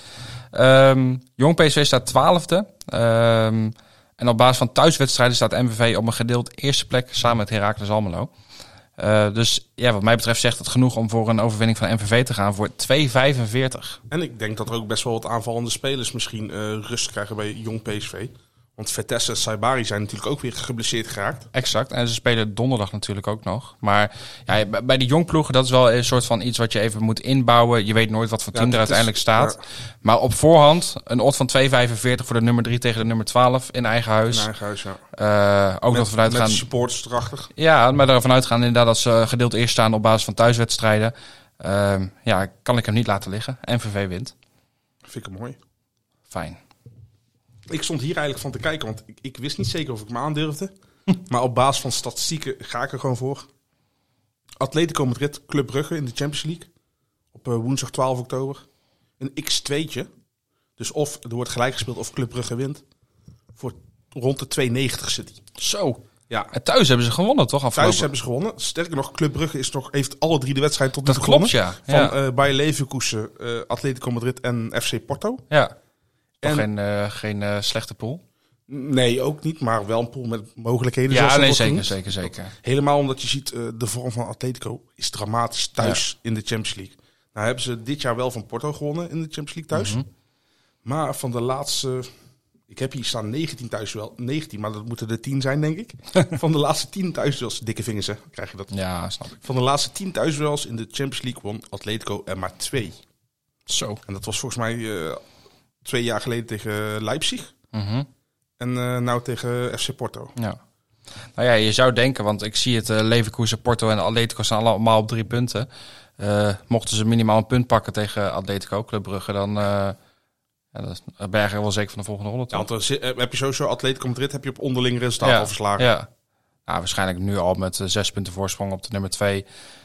[SPEAKER 4] Um, Jong P S V staat twaalfde. Um, en op basis van thuiswedstrijden staat M V V op een gedeeld eerste plek samen met Heracles Almelo. Uh, dus ja, wat mij betreft zegt het genoeg om voor een overwinning van M V V te gaan voor twee vijfenveertig.
[SPEAKER 3] En ik denk dat er ook best wel wat aanvallende spelers misschien uh, rust krijgen bij Jong P S V. Want Vitesse en Saibari zijn natuurlijk ook weer geblesseerd geraakt.
[SPEAKER 4] Exact. En ze spelen donderdag natuurlijk ook nog. Maar ja, bij die jongploegen, dat is wel een soort van iets wat je even moet inbouwen. Je weet nooit wat voor team
[SPEAKER 3] Ja,
[SPEAKER 4] er
[SPEAKER 3] dat is-
[SPEAKER 4] uiteindelijk staat.
[SPEAKER 3] ja.
[SPEAKER 4] Maar op voorhand, een odd van twee vijfenveertig voor de nummer drie tegen de nummer twaalf in eigen huis.
[SPEAKER 3] In eigen huis, ja.
[SPEAKER 4] Uh, ook
[SPEAKER 3] met,
[SPEAKER 4] dat vanuit
[SPEAKER 3] met
[SPEAKER 4] gaan.
[SPEAKER 3] de supporters erachter.
[SPEAKER 4] Ja, maar ervan uitgaan inderdaad dat ze gedeeld eerst staan op basis van thuiswedstrijden. Uh, ja, kan ik hem niet laten liggen. M V V wint.
[SPEAKER 3] Vind ik mooi.
[SPEAKER 4] Fijn.
[SPEAKER 3] Ik stond hier eigenlijk van te kijken, want ik, ik wist niet zeker of ik me aandurfde. Maar op basis van statistieken ga ik er gewoon voor. Atletico Madrid, Club Brugge in de Champions League. Op uh, woensdag twaalf oktober. Een x twee'tje. Dus of er wordt gelijk gespeeld of Club Brugge wint. Voor rond de twee negentig zit hij.
[SPEAKER 4] Zo.
[SPEAKER 3] Ja,
[SPEAKER 4] En thuis hebben ze gewonnen, toch? Afgelopen?
[SPEAKER 3] thuis hebben ze gewonnen. Sterker nog, Club Brugge is toch, heeft alle drie de wedstrijden tot nu
[SPEAKER 4] Dat
[SPEAKER 3] toe
[SPEAKER 4] klopt,
[SPEAKER 3] gewonnen.
[SPEAKER 4] ja.
[SPEAKER 3] Van
[SPEAKER 4] ja.
[SPEAKER 3] eh Bayer Leverkusen, eh Atletico Madrid en F C Porto.
[SPEAKER 4] ja. Toch
[SPEAKER 3] En-
[SPEAKER 4] geen, uh, geen uh, slechte pool?
[SPEAKER 3] Nee, ook niet, maar wel een pool met mogelijkheden.
[SPEAKER 4] Ja,
[SPEAKER 3] zoals dat
[SPEAKER 4] nee,
[SPEAKER 3] wordt
[SPEAKER 4] zeker,
[SPEAKER 3] genoemd.
[SPEAKER 4] zeker, zeker.
[SPEAKER 3] Helemaal omdat je ziet, uh, de vorm van Atletico is dramatisch thuis in de Champions League. Nou hebben ze dit jaar wel van Porto gewonnen in de Champions League thuis.
[SPEAKER 4] Mm-hmm.
[SPEAKER 3] Maar van de laatste, ik heb hier staan negentien thuis wel, negentien, maar dat moeten er tien zijn denk ik. Van de laatste tien thuisduels, dikke vingers hè, krijg je dat.
[SPEAKER 4] Ja, snap ik.
[SPEAKER 3] Van de laatste tien thuisduels in de Champions League won Atletico er maar twee.
[SPEAKER 4] Zo.
[SPEAKER 3] En dat was volgens mij uh, twee jaar geleden tegen Leipzig.
[SPEAKER 4] Mm-hmm.
[SPEAKER 3] En uh, nou tegen F C Porto.
[SPEAKER 4] Ja. Nou ja, je zou denken, want ik zie het, uh, Leverkusen, Porto en Atletico staan allemaal op drie punten. Uh, mochten ze minimaal een punt pakken tegen Atletico, Club Brugge, dan uh, ja, dat ben je eigenlijk wel zeker van de volgende ronde.
[SPEAKER 3] Ja,
[SPEAKER 4] toch?
[SPEAKER 3] want dan heb je sowieso Atletico Madrid heb je op onderling resultaat al verslagen.
[SPEAKER 4] Ja. Nou, waarschijnlijk nu al met uh, zes punten voorsprong op de nummer twee.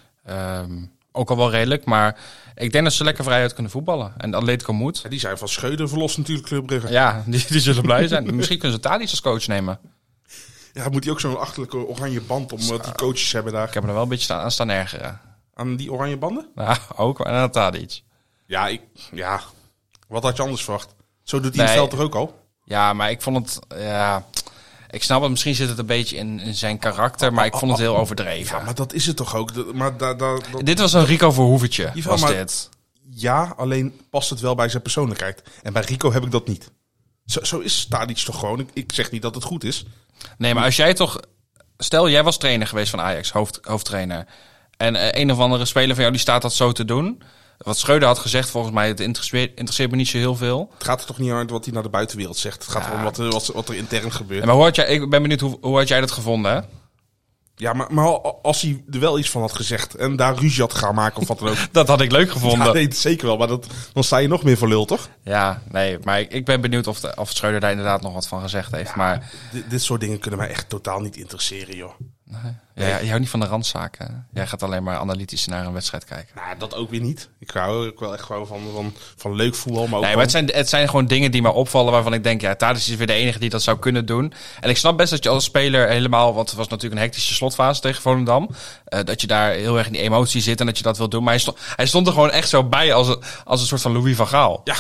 [SPEAKER 4] Um, ook al wel redelijk, maar ik denk dat ze lekker vrij uit kunnen voetballen. En Atletico moet.
[SPEAKER 3] Ja, die zijn van Schreuder verlost natuurlijk, Club Brugge.
[SPEAKER 4] Ja, die, die zullen blij zijn. Misschien kunnen ze Tadic als coach nemen.
[SPEAKER 3] Ja, moet hij ook zo'n achterlijke oranje band om wat die coaches hebben daar.
[SPEAKER 4] Ik heb er wel een beetje staan, aan staan ergeren.
[SPEAKER 3] Aan die oranje banden?
[SPEAKER 4] Ja, ook. En aan Tadic.
[SPEAKER 3] Ja, ik, ja, wat had je anders verwacht? Zo doet hij
[SPEAKER 4] Nee.
[SPEAKER 3] het veld toch ook al?
[SPEAKER 4] Ja, maar ik vond het... Ja, ik snap het, misschien zit het een beetje in, in zijn karakter, maar ik vond het heel overdreven.
[SPEAKER 3] Ja, maar dat is het toch ook? De- maar da, da, da-
[SPEAKER 4] Dit was een Rico Verhoevertje,
[SPEAKER 3] Jawel,
[SPEAKER 4] was
[SPEAKER 3] maar-
[SPEAKER 4] dit.
[SPEAKER 3] ja, alleen past het wel bij zijn persoonlijkheid. En bij Rico heb ik dat niet. Zo, zo is Tadic toch gewoon. Ik, ik zeg niet dat het goed is.
[SPEAKER 4] Nee, maar als jij toch... Stel, jij was trainer geweest van Ajax, hoofd, hoofdtrainer. En uh, een of andere speler van jou die staat dat zo te doen. Wat Schreuder had gezegd, volgens mij, het interesseert, interesseert me niet zo heel veel.
[SPEAKER 3] Het gaat er toch niet aan wat hij naar de buitenwereld zegt. Het gaat
[SPEAKER 4] Ja.
[SPEAKER 3] erom wat, er- wat, wat er intern gebeurt.
[SPEAKER 4] En maar hoe had jij, ik ben benieuwd, hoe, hoe had jij dat gevonden, hè?
[SPEAKER 3] Ja, maar, maar als hij er wel iets van had gezegd en daar ruzie had gaan maken of wat dan ook.
[SPEAKER 4] Dat had ik leuk gevonden.
[SPEAKER 3] Ja, nee, zeker wel. Maar dat, dan sta je nog meer voor lul, toch?
[SPEAKER 4] Ja, nee, maar ik, ik ben benieuwd of, de, of Schreuder daar inderdaad nog wat van gezegd heeft. Maar
[SPEAKER 3] D- dit soort dingen kunnen mij echt totaal niet interesseren, joh.
[SPEAKER 4] ja, ja, je houdt niet van de randzaken. hè? Jij gaat alleen maar analytisch naar een wedstrijd kijken.
[SPEAKER 3] Nou, dat ook weer niet. Ik hou ook wel echt gewoon van, van, van leuk voetbal. Maar ook
[SPEAKER 4] Nee, maar het
[SPEAKER 3] van-
[SPEAKER 4] zijn, het zijn gewoon dingen die me opvallen waarvan ik denk, ja, Tadic is weer de enige die dat zou kunnen doen. En ik snap best dat je als speler helemaal, want het was natuurlijk een hectische slotfase tegen Volendam, uh, dat je daar heel erg in die emotie zit en dat je dat wil doen. Maar hij stond, hij stond er gewoon echt zo bij als een, als een soort van Louis van Gaal.
[SPEAKER 3] Ja,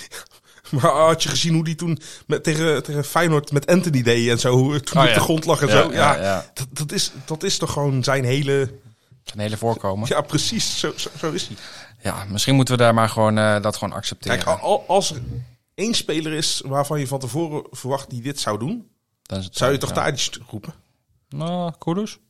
[SPEAKER 3] maar had je gezien hoe die toen met, tegen, tegen Feyenoord met Anthony deed en zo, hoe- toen
[SPEAKER 4] Oh,
[SPEAKER 3] op
[SPEAKER 4] ja.
[SPEAKER 3] de grond lag en
[SPEAKER 4] Ja,
[SPEAKER 3] zo.
[SPEAKER 4] ja,
[SPEAKER 3] Ja,
[SPEAKER 4] ja.
[SPEAKER 3] Dat, dat, is, dat is toch gewoon zijn hele...
[SPEAKER 4] Een hele voorkomen. Ja,
[SPEAKER 3] Ja, precies. Zo, zo, zo is hij.
[SPEAKER 4] misschien moeten we daar maar gewoon uh, dat gewoon accepteren.
[SPEAKER 3] Kijk, al- als er één speler is waarvan je van tevoren verwacht die dit zou doen,
[SPEAKER 4] Dan is het
[SPEAKER 3] zou je
[SPEAKER 4] zo,
[SPEAKER 3] toch
[SPEAKER 4] ja.
[SPEAKER 3] Tadic roepen?
[SPEAKER 4] Nou, Kudus.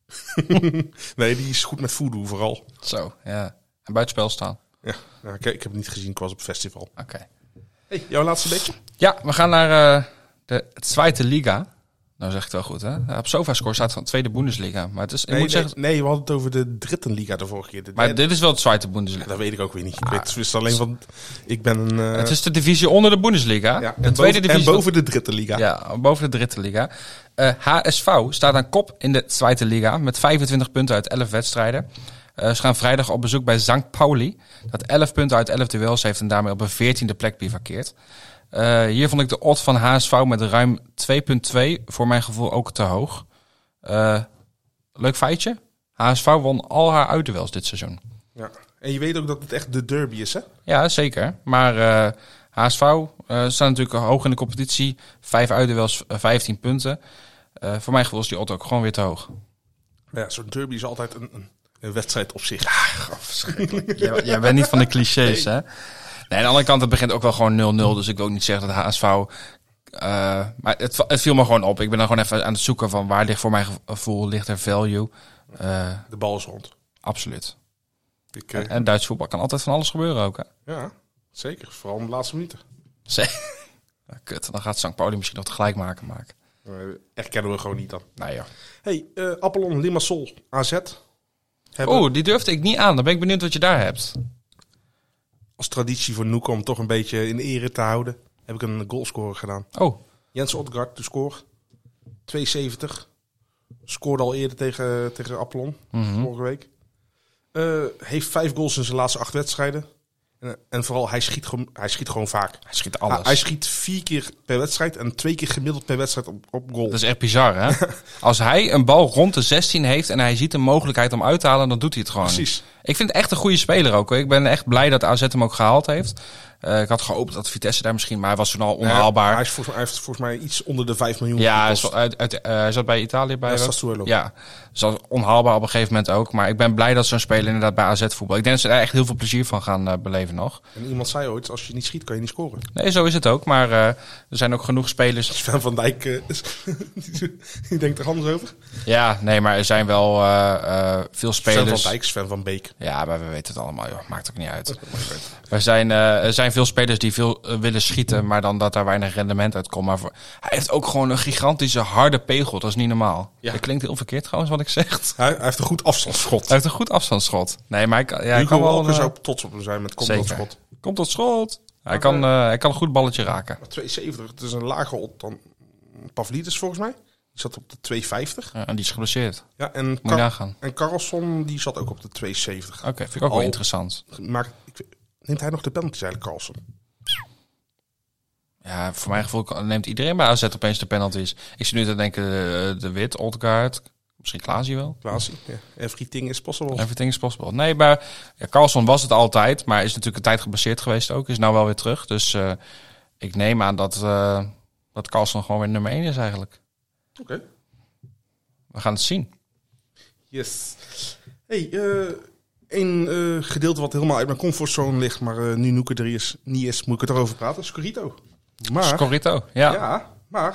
[SPEAKER 3] Nee, die is goed met voodoo vooral.
[SPEAKER 4] Zo, ja. En buitenspel staan.
[SPEAKER 3] Ja, ja ik, ik heb het niet gezien, ik was op het festival.
[SPEAKER 4] Oké.
[SPEAKER 3] Hey, jouw laatste beetje?
[SPEAKER 4] Ja, we gaan naar uh, de Tweede Liga. Nou zeg ik het wel goed, hè? Ja, op SofaScore staat van Tweede Bundesliga. Maar, het is, ik
[SPEAKER 3] Nee,
[SPEAKER 4] moet
[SPEAKER 3] nee,
[SPEAKER 4] zeggen,
[SPEAKER 3] nee, we hadden het over de Drittenliga de vorige keer. De
[SPEAKER 4] maar
[SPEAKER 3] derde-
[SPEAKER 4] dit is wel de Tweede Bundesliga.
[SPEAKER 3] dat weet ik ook weer niet. Ik weet wist alleen van, ik ben een... eh,
[SPEAKER 4] Het is de divisie onder de Bundesliga.
[SPEAKER 3] ja,
[SPEAKER 4] de
[SPEAKER 3] en,
[SPEAKER 4] tweede
[SPEAKER 3] boven,
[SPEAKER 4] divisie.
[SPEAKER 3] en boven de Drittenliga.
[SPEAKER 4] Ja, boven de Dritte Liga. Uh, H S V staat aan kop in de Tweede Liga met vijfentwintig punten uit elf wedstrijden. Uh, ze gaan vrijdag op bezoek bij Sankt Pauli. Dat elf punten uit elf duels heeft en daarmee op een veertiende plek bivakkeert. Uh, hier vond ik de odd van H S V met ruim twee komma twee voor mijn gevoel ook te hoog. Uh, leuk feitje. H S V won al haar uitduels dit seizoen.
[SPEAKER 3] Ja. En je weet ook dat het echt de derby is, hè?
[SPEAKER 4] Ja, zeker. Maar uh, H S V uh, staat natuurlijk hoog in de competitie. Vijf uitduels, uh, vijftien punten. Uh, voor mijn gevoel is die odd ook gewoon weer te hoog.
[SPEAKER 3] Ja, zo'n derby is altijd een, een, een wedstrijd op zich.
[SPEAKER 4] Jij, jij bent niet van de clichés, hè? Nee, aan de andere kant, het begint ook wel gewoon nul nul. Dus ik wil ook niet zeggen dat H S V... Uh, maar het, het viel me gewoon op. Ik ben dan gewoon even aan het zoeken van waar ligt voor mijn gevoel ligt er value. Uh,
[SPEAKER 3] De bal is rond.
[SPEAKER 4] absoluut.
[SPEAKER 3] Ik, uh,
[SPEAKER 4] En, en Duits voetbal kan altijd van alles gebeuren ook, hè?
[SPEAKER 3] ja, zeker. Vooral in de laatste minuten.
[SPEAKER 4] Zee. Kut, dan gaat Sankt Pauli misschien nog tegelijk maken. maken.
[SPEAKER 3] Uh, erkennen we gewoon niet dan.
[SPEAKER 4] Nee, joh.
[SPEAKER 3] Hey, uh, Apollon, Limassol, A Z. Hebben
[SPEAKER 4] Oeh, die durfde ik niet aan. Dan ben ik benieuwd wat je daar hebt.
[SPEAKER 3] als traditie voor Noek om toch een beetje in ere te houden, heb ik een goalscorer gedaan.
[SPEAKER 4] Oh,
[SPEAKER 3] Jens Odgaard, de score. twee zeventig. Scoorde al eerder tegen, tegen Apollon,
[SPEAKER 4] Mhm.
[SPEAKER 3] vorige week. Uh, heeft vijf goals in zijn laatste acht wedstrijden. En, en vooral, hij schiet, gewoon, hij schiet gewoon vaak.
[SPEAKER 4] Hij schiet alles.
[SPEAKER 3] Hij, hij schiet vier keer per wedstrijd en twee keer gemiddeld per wedstrijd op, op goal.
[SPEAKER 4] Dat is echt bizar, hè? Als hij een bal rond de zestien heeft en hij ziet een mogelijkheid om uit te halen, dan doet hij het gewoon.
[SPEAKER 3] Precies.
[SPEAKER 4] Ik vind het echt een goede speler ook, hoor. Ik ben echt blij dat A Z hem ook gehaald heeft. Uh, ik had gehoopt dat Vitesse daar misschien, maar hij was toen al onhaalbaar.
[SPEAKER 3] Ja, hij, is volgens, hij heeft volgens mij iets onder de vijf miljoen
[SPEAKER 4] Ja, hij,
[SPEAKER 3] gekost.
[SPEAKER 4] is, uit, uit, uh, hij zat bij Italië bij.
[SPEAKER 3] Ja,
[SPEAKER 4] wat?
[SPEAKER 3] Sassuolo.
[SPEAKER 4] Ja, dus dat was onhaalbaar op een gegeven moment ook. Maar ik ben blij dat zo'n speler inderdaad bij A Z voetbal. Ik denk dat ze daar echt heel veel plezier van gaan uh, beleven nog.
[SPEAKER 3] En iemand zei ooit, als je niet schiet, kan je niet scoren.
[SPEAKER 4] Nee, zo is het ook. Maar uh, er zijn ook genoeg spelers.
[SPEAKER 3] Sven van Dijk, uh, die denkt er anders over.
[SPEAKER 4] Ja, nee, maar er zijn wel uh, uh, veel spelers.
[SPEAKER 3] Sven van Dijk, Sven van Beek.
[SPEAKER 4] Ja, maar we weten het allemaal, joh. Maakt ook niet uit. Er zijn, uh, er zijn veel spelers die veel uh, willen schieten, maar dan dat daar weinig rendement uit komt. Maar voor, hij heeft ook gewoon een gigantische harde pegel. Dat is niet normaal.
[SPEAKER 3] Ja.
[SPEAKER 4] Dat klinkt heel verkeerd trouwens wat ik zeg.
[SPEAKER 3] Hij, hij heeft een goed afstandsschot.
[SPEAKER 4] Hij heeft een goed afstandsschot. Nee, maar ik, ja, hij
[SPEAKER 3] Hugo
[SPEAKER 4] kan wel
[SPEAKER 3] Walker
[SPEAKER 4] een,
[SPEAKER 3] zou trots op hem zijn met komt tot
[SPEAKER 4] zeker.
[SPEAKER 3] schot.
[SPEAKER 4] Komt tot schot. Hij kan, uh, hij kan een goed balletje raken.
[SPEAKER 3] twee zeventig, het is een lager op dan Pavlidis volgens mij. Die zat op de twee vijftig.
[SPEAKER 4] Ja, en die is geblesseerd.
[SPEAKER 3] Ja, en,
[SPEAKER 4] Moet je
[SPEAKER 3] Kar-
[SPEAKER 4] nagaan.
[SPEAKER 3] en Carlson die zat ook op de twee zeventig.
[SPEAKER 4] Oké, okay, vind ik ook wel
[SPEAKER 3] Al-
[SPEAKER 4] interessant.
[SPEAKER 3] Maar ik, weet- neemt hij nog de penalties eigenlijk, Carlson?
[SPEAKER 4] Ja, voor mijn gevoel neemt iedereen bij A Z opeens de penalties. Ik zit nu te denken, de, de Wit, Odgaard, misschien Klaasie wel.
[SPEAKER 3] Klaasie, ja. Everything is possible.
[SPEAKER 4] Everything is possible. Nee, maar ja, Carlson was het altijd, maar is natuurlijk een tijd geblesseerd geweest ook. Is nou wel weer terug. Dus uh, ik neem aan dat, uh, dat Carlson gewoon weer nummer één is eigenlijk.
[SPEAKER 3] Oké. Okay.
[SPEAKER 4] We gaan het zien.
[SPEAKER 3] Yes. Hey, uh, één uh, gedeelte wat helemaal uit mijn comfortzone ligt, maar uh, nu Noeke er is, niet is, moet ik het erover praten. Scorito. Maar,
[SPEAKER 4] Scorito, ja.
[SPEAKER 3] Ja, maar...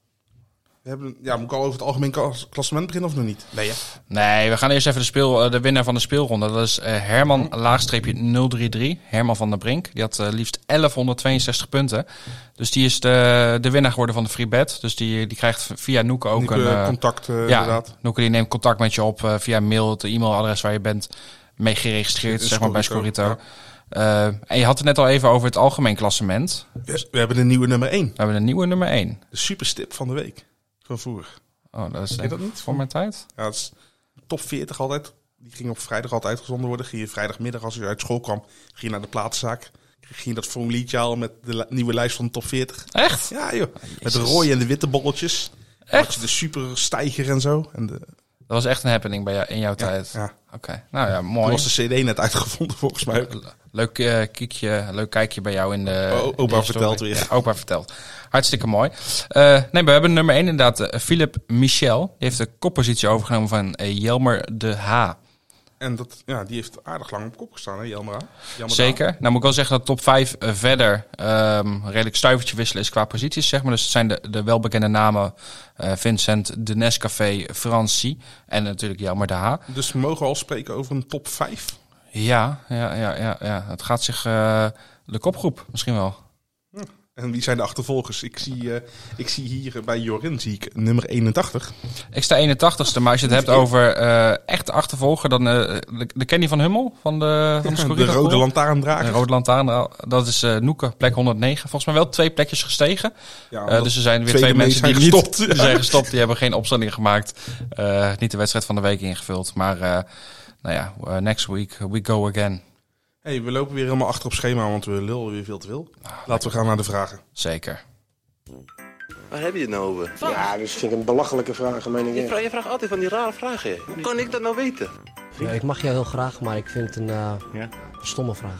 [SPEAKER 3] We hebben, ja, moet ik al over het algemeen klassement beginnen of nog niet?
[SPEAKER 4] Nee, ja. Nee, we gaan eerst even de, speel, de winnaar van de speelronde. Dat is uh, Herman laagstreepje nul drie drie. Herman van der Brink. Die had uh, liefst elfhonderdtweeënzestig punten. Dus die is de, de winnaar geworden van de free bet. Dus die, die krijgt via Noeke ook
[SPEAKER 3] Noeke,
[SPEAKER 4] een... Uh,
[SPEAKER 3] contact, uh,
[SPEAKER 4] ja,
[SPEAKER 3] inderdaad.
[SPEAKER 4] Noeke die neemt contact met je op uh, via mail, het e-mailadres waar je bent mee geregistreerd, zeg maar bij Scorito. Ja. Uh, en je had het net al even over het algemeen klassement.
[SPEAKER 3] We, we hebben een nieuwe nummer één.
[SPEAKER 4] We hebben een nieuwe nummer één.
[SPEAKER 3] De superstip van de week. Van vroeger.
[SPEAKER 4] Oh, dat is
[SPEAKER 3] Ken je dat niet?
[SPEAKER 4] Voor mijn tijd?
[SPEAKER 3] Ja, het is top veertig altijd. Die ging op vrijdag altijd uitgezonden worden. Ging je vrijdagmiddag als je uit school kwam, ging je naar de platenzaak. Ging je dat formuliertje al met de li- nieuwe lijst van de top veertig.
[SPEAKER 4] Echt?
[SPEAKER 3] Ja joh. Met de rode en de witte bolletjes.
[SPEAKER 4] Echt?
[SPEAKER 3] Had je de super stijger en zo. En de,
[SPEAKER 4] Dat was echt een happening bij jou, in jouw tijd?
[SPEAKER 3] ja.
[SPEAKER 4] Oké, okay. Nou ja,
[SPEAKER 3] Toen
[SPEAKER 4] mooi.
[SPEAKER 3] was de cd net uitgevonden volgens mij ook.
[SPEAKER 4] Leuk, uh, kiekje, leuk kijkje bij jou in de...
[SPEAKER 3] O, opa vertelt weer.
[SPEAKER 4] Ja, opa vertelt. Hartstikke mooi. Uh, nee, we hebben nummer één inderdaad. Uh, Philip Michel. Die heeft de koppositie overgenomen van uh, Jelmer de H.
[SPEAKER 3] En dat, ja, die heeft aardig lang op kop gestaan, hè, Jelmer. Jelmer
[SPEAKER 4] Zeker. Nou moet ik wel zeggen dat top vijf uh, verder um, redelijk stuivertje wisselen is qua posities, zeg maar. Dus het zijn de, de welbekende namen uh, Vincent, de Nescafé, Francie en natuurlijk Jelmer de H.
[SPEAKER 3] Dus we mogen al spreken over een top vijf.
[SPEAKER 4] Ja, ja, ja, ja, ja. Het gaat zich uh, de kopgroep misschien wel.
[SPEAKER 3] Hm. En wie zijn de achtervolgers? Ik zie, uh, ik zie hier bij Jorin zie ik nummer eenentachtig.
[SPEAKER 4] Ik sta eenentachtigste, maar als je het hebt over uh, echte achtervolger, dan uh, de, de Kenny van Hummel van de van de,
[SPEAKER 3] Ja, de Rode Lantaarndrager.
[SPEAKER 4] De Rode Lantaarn, dat is uh, Noeke, plek honderdnegen. Volgens mij wel twee plekjes gestegen.
[SPEAKER 3] Ja,
[SPEAKER 4] uh, dus er zijn weer twee mensen die niet gestopt. Die zijn gestopt. Die hebben geen opstelling gemaakt. Uh, niet de wedstrijd van de week ingevuld. Maar uh, nou ja, uh, next week we go again.
[SPEAKER 3] Hey, we lopen weer helemaal achter op schema, want we lullen weer veel te veel. Laten we gaan naar de vragen.
[SPEAKER 4] Zeker.
[SPEAKER 8] Waar heb je het nou over?
[SPEAKER 9] Ja, dus vind ik een belachelijke vraag, meen ik.
[SPEAKER 8] Je, vraagt, je vraagt altijd van die rare vragen. Hoe kan ik dat nou weten?
[SPEAKER 10] Ja, ik mag jou heel graag, maar ik vind het een uh, ja? stomme vraag.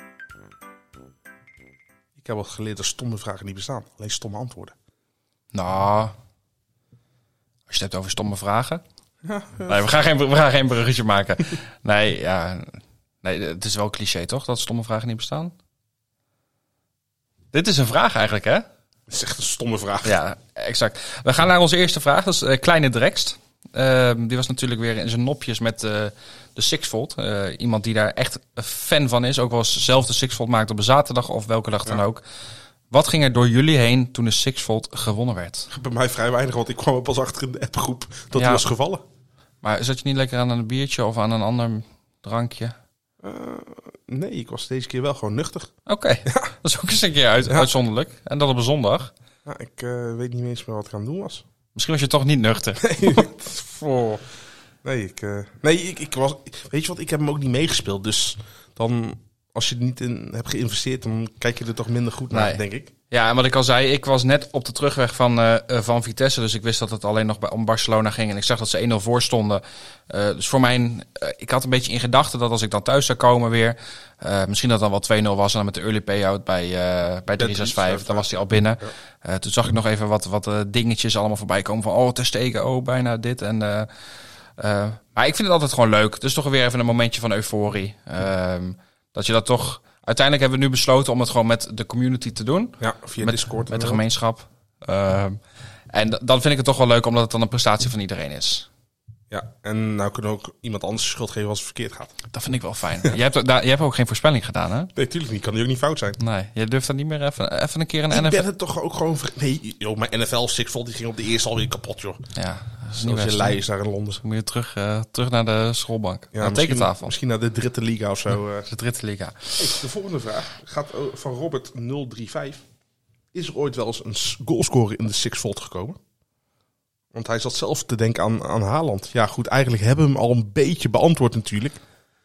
[SPEAKER 3] Ik heb al geleerd dat stomme vragen niet bestaan. Alleen stomme antwoorden.
[SPEAKER 4] Nou, als je het hebt over stomme vragen.
[SPEAKER 3] Ja, uh,
[SPEAKER 4] nee, we gaan geen, we gaan geen bruggetje maken. Nee, ja... Nee, het is wel cliché, toch? Dat stomme vragen niet bestaan? Dit is een vraag eigenlijk, hè?
[SPEAKER 3] Dat is echt een stomme vraag.
[SPEAKER 4] Ja, exact. We gaan naar onze eerste vraag. Dat is uh, Kleine Drekst. Uh, die was natuurlijk weer in zijn nopjes met uh, de Sixfold. Uh, iemand die daar echt een fan van is. Ook wel eens zelf de Sixfold maakt op een zaterdag of welke dag dan ja. ook. Wat ging er door jullie heen toen de Sixfold gewonnen werd?
[SPEAKER 3] Bij mij vrij weinig, want ik kwam er pas achter in de appgroep dat
[SPEAKER 4] ja.
[SPEAKER 3] hij was gevallen.
[SPEAKER 4] Maar zat je niet lekker aan een biertje of aan een ander drankje?
[SPEAKER 3] Uh, nee, ik was deze keer wel gewoon nuchter.
[SPEAKER 4] Oké, okay. ja. Dat is ook eens een keer uit, ja. uitzonderlijk. En dat op een zondag.
[SPEAKER 3] Ja, ik uh, weet niet eens meer wat ik aan het doen was.
[SPEAKER 4] Misschien was je toch niet nuchter.
[SPEAKER 3] Nee, oh. nee, ik, uh, nee ik, ik was... Weet je wat, ik heb hem ook niet meegespeeld. Dus dan, als je er niet in hebt geïnvesteerd, dan kijk je er toch minder goed naar,
[SPEAKER 4] Nee.
[SPEAKER 3] denk ik.
[SPEAKER 4] Ja, en wat ik al zei, ik was net op de terugweg van, uh, van Vitesse. Dus ik wist dat het alleen nog bij, om Barcelona ging. En ik zag dat ze één nul voor stonden. Uh, dus voor mijn, uh, ik had een beetje in gedachten dat als ik dan thuis zou komen weer... Uh, misschien dat het dan wel twee nul was en dan met de early payout bij, uh, bij drie zes vijf. Dan was hij al binnen. Ja. Uh, toen zag ik nog even wat, wat uh, dingetjes allemaal voorbij komen. Van oh, Ter Stegen, oh, bijna dit. En, uh, uh, maar ik vind het altijd gewoon leuk. Dus toch weer even een momentje van euforie. Uh, dat je dat toch... Uiteindelijk hebben we nu besloten om het gewoon met de community te doen.
[SPEAKER 3] Ja, via
[SPEAKER 4] met,
[SPEAKER 3] Discord.
[SPEAKER 4] Met de gemeenschap. Uh, en d- dan vind ik het toch wel leuk, omdat het dan een prestatie van iedereen is.
[SPEAKER 3] Ja, en nou kunnen we ook iemand anders schuld geven als het verkeerd gaat.
[SPEAKER 4] Dat vind ik wel fijn. jij, hebt, daar, jij hebt ook geen voorspelling gedaan, hè?
[SPEAKER 3] Nee, tuurlijk niet. Kan die ook niet fout zijn.
[SPEAKER 4] Nee, je durft dan niet meer even, even een keer een
[SPEAKER 3] ik
[SPEAKER 4] N F L...
[SPEAKER 3] Ik ben het toch ook gewoon... Ver... Nee, joh, mijn N F L Sixfold die ging op de eerste alweer kapot, joh.
[SPEAKER 4] Ja, dat is
[SPEAKER 3] niet
[SPEAKER 4] best.
[SPEAKER 3] je lei is daar in Londen.
[SPEAKER 4] Dus moet je terug, uh, terug naar de schoolbank.
[SPEAKER 3] Ja,
[SPEAKER 4] naar de tekentafel.
[SPEAKER 3] Misschien naar de dritte liga of zo. Uh.
[SPEAKER 4] De dritte liga.
[SPEAKER 3] Hey, de volgende vraag gaat van Robert nul drie vijf. Is er ooit wel eens een goalscorer in de Sixfold gekomen? Want hij zat zelf te denken aan, aan Haaland. Ja goed, eigenlijk hebben we hem al een beetje beantwoord natuurlijk.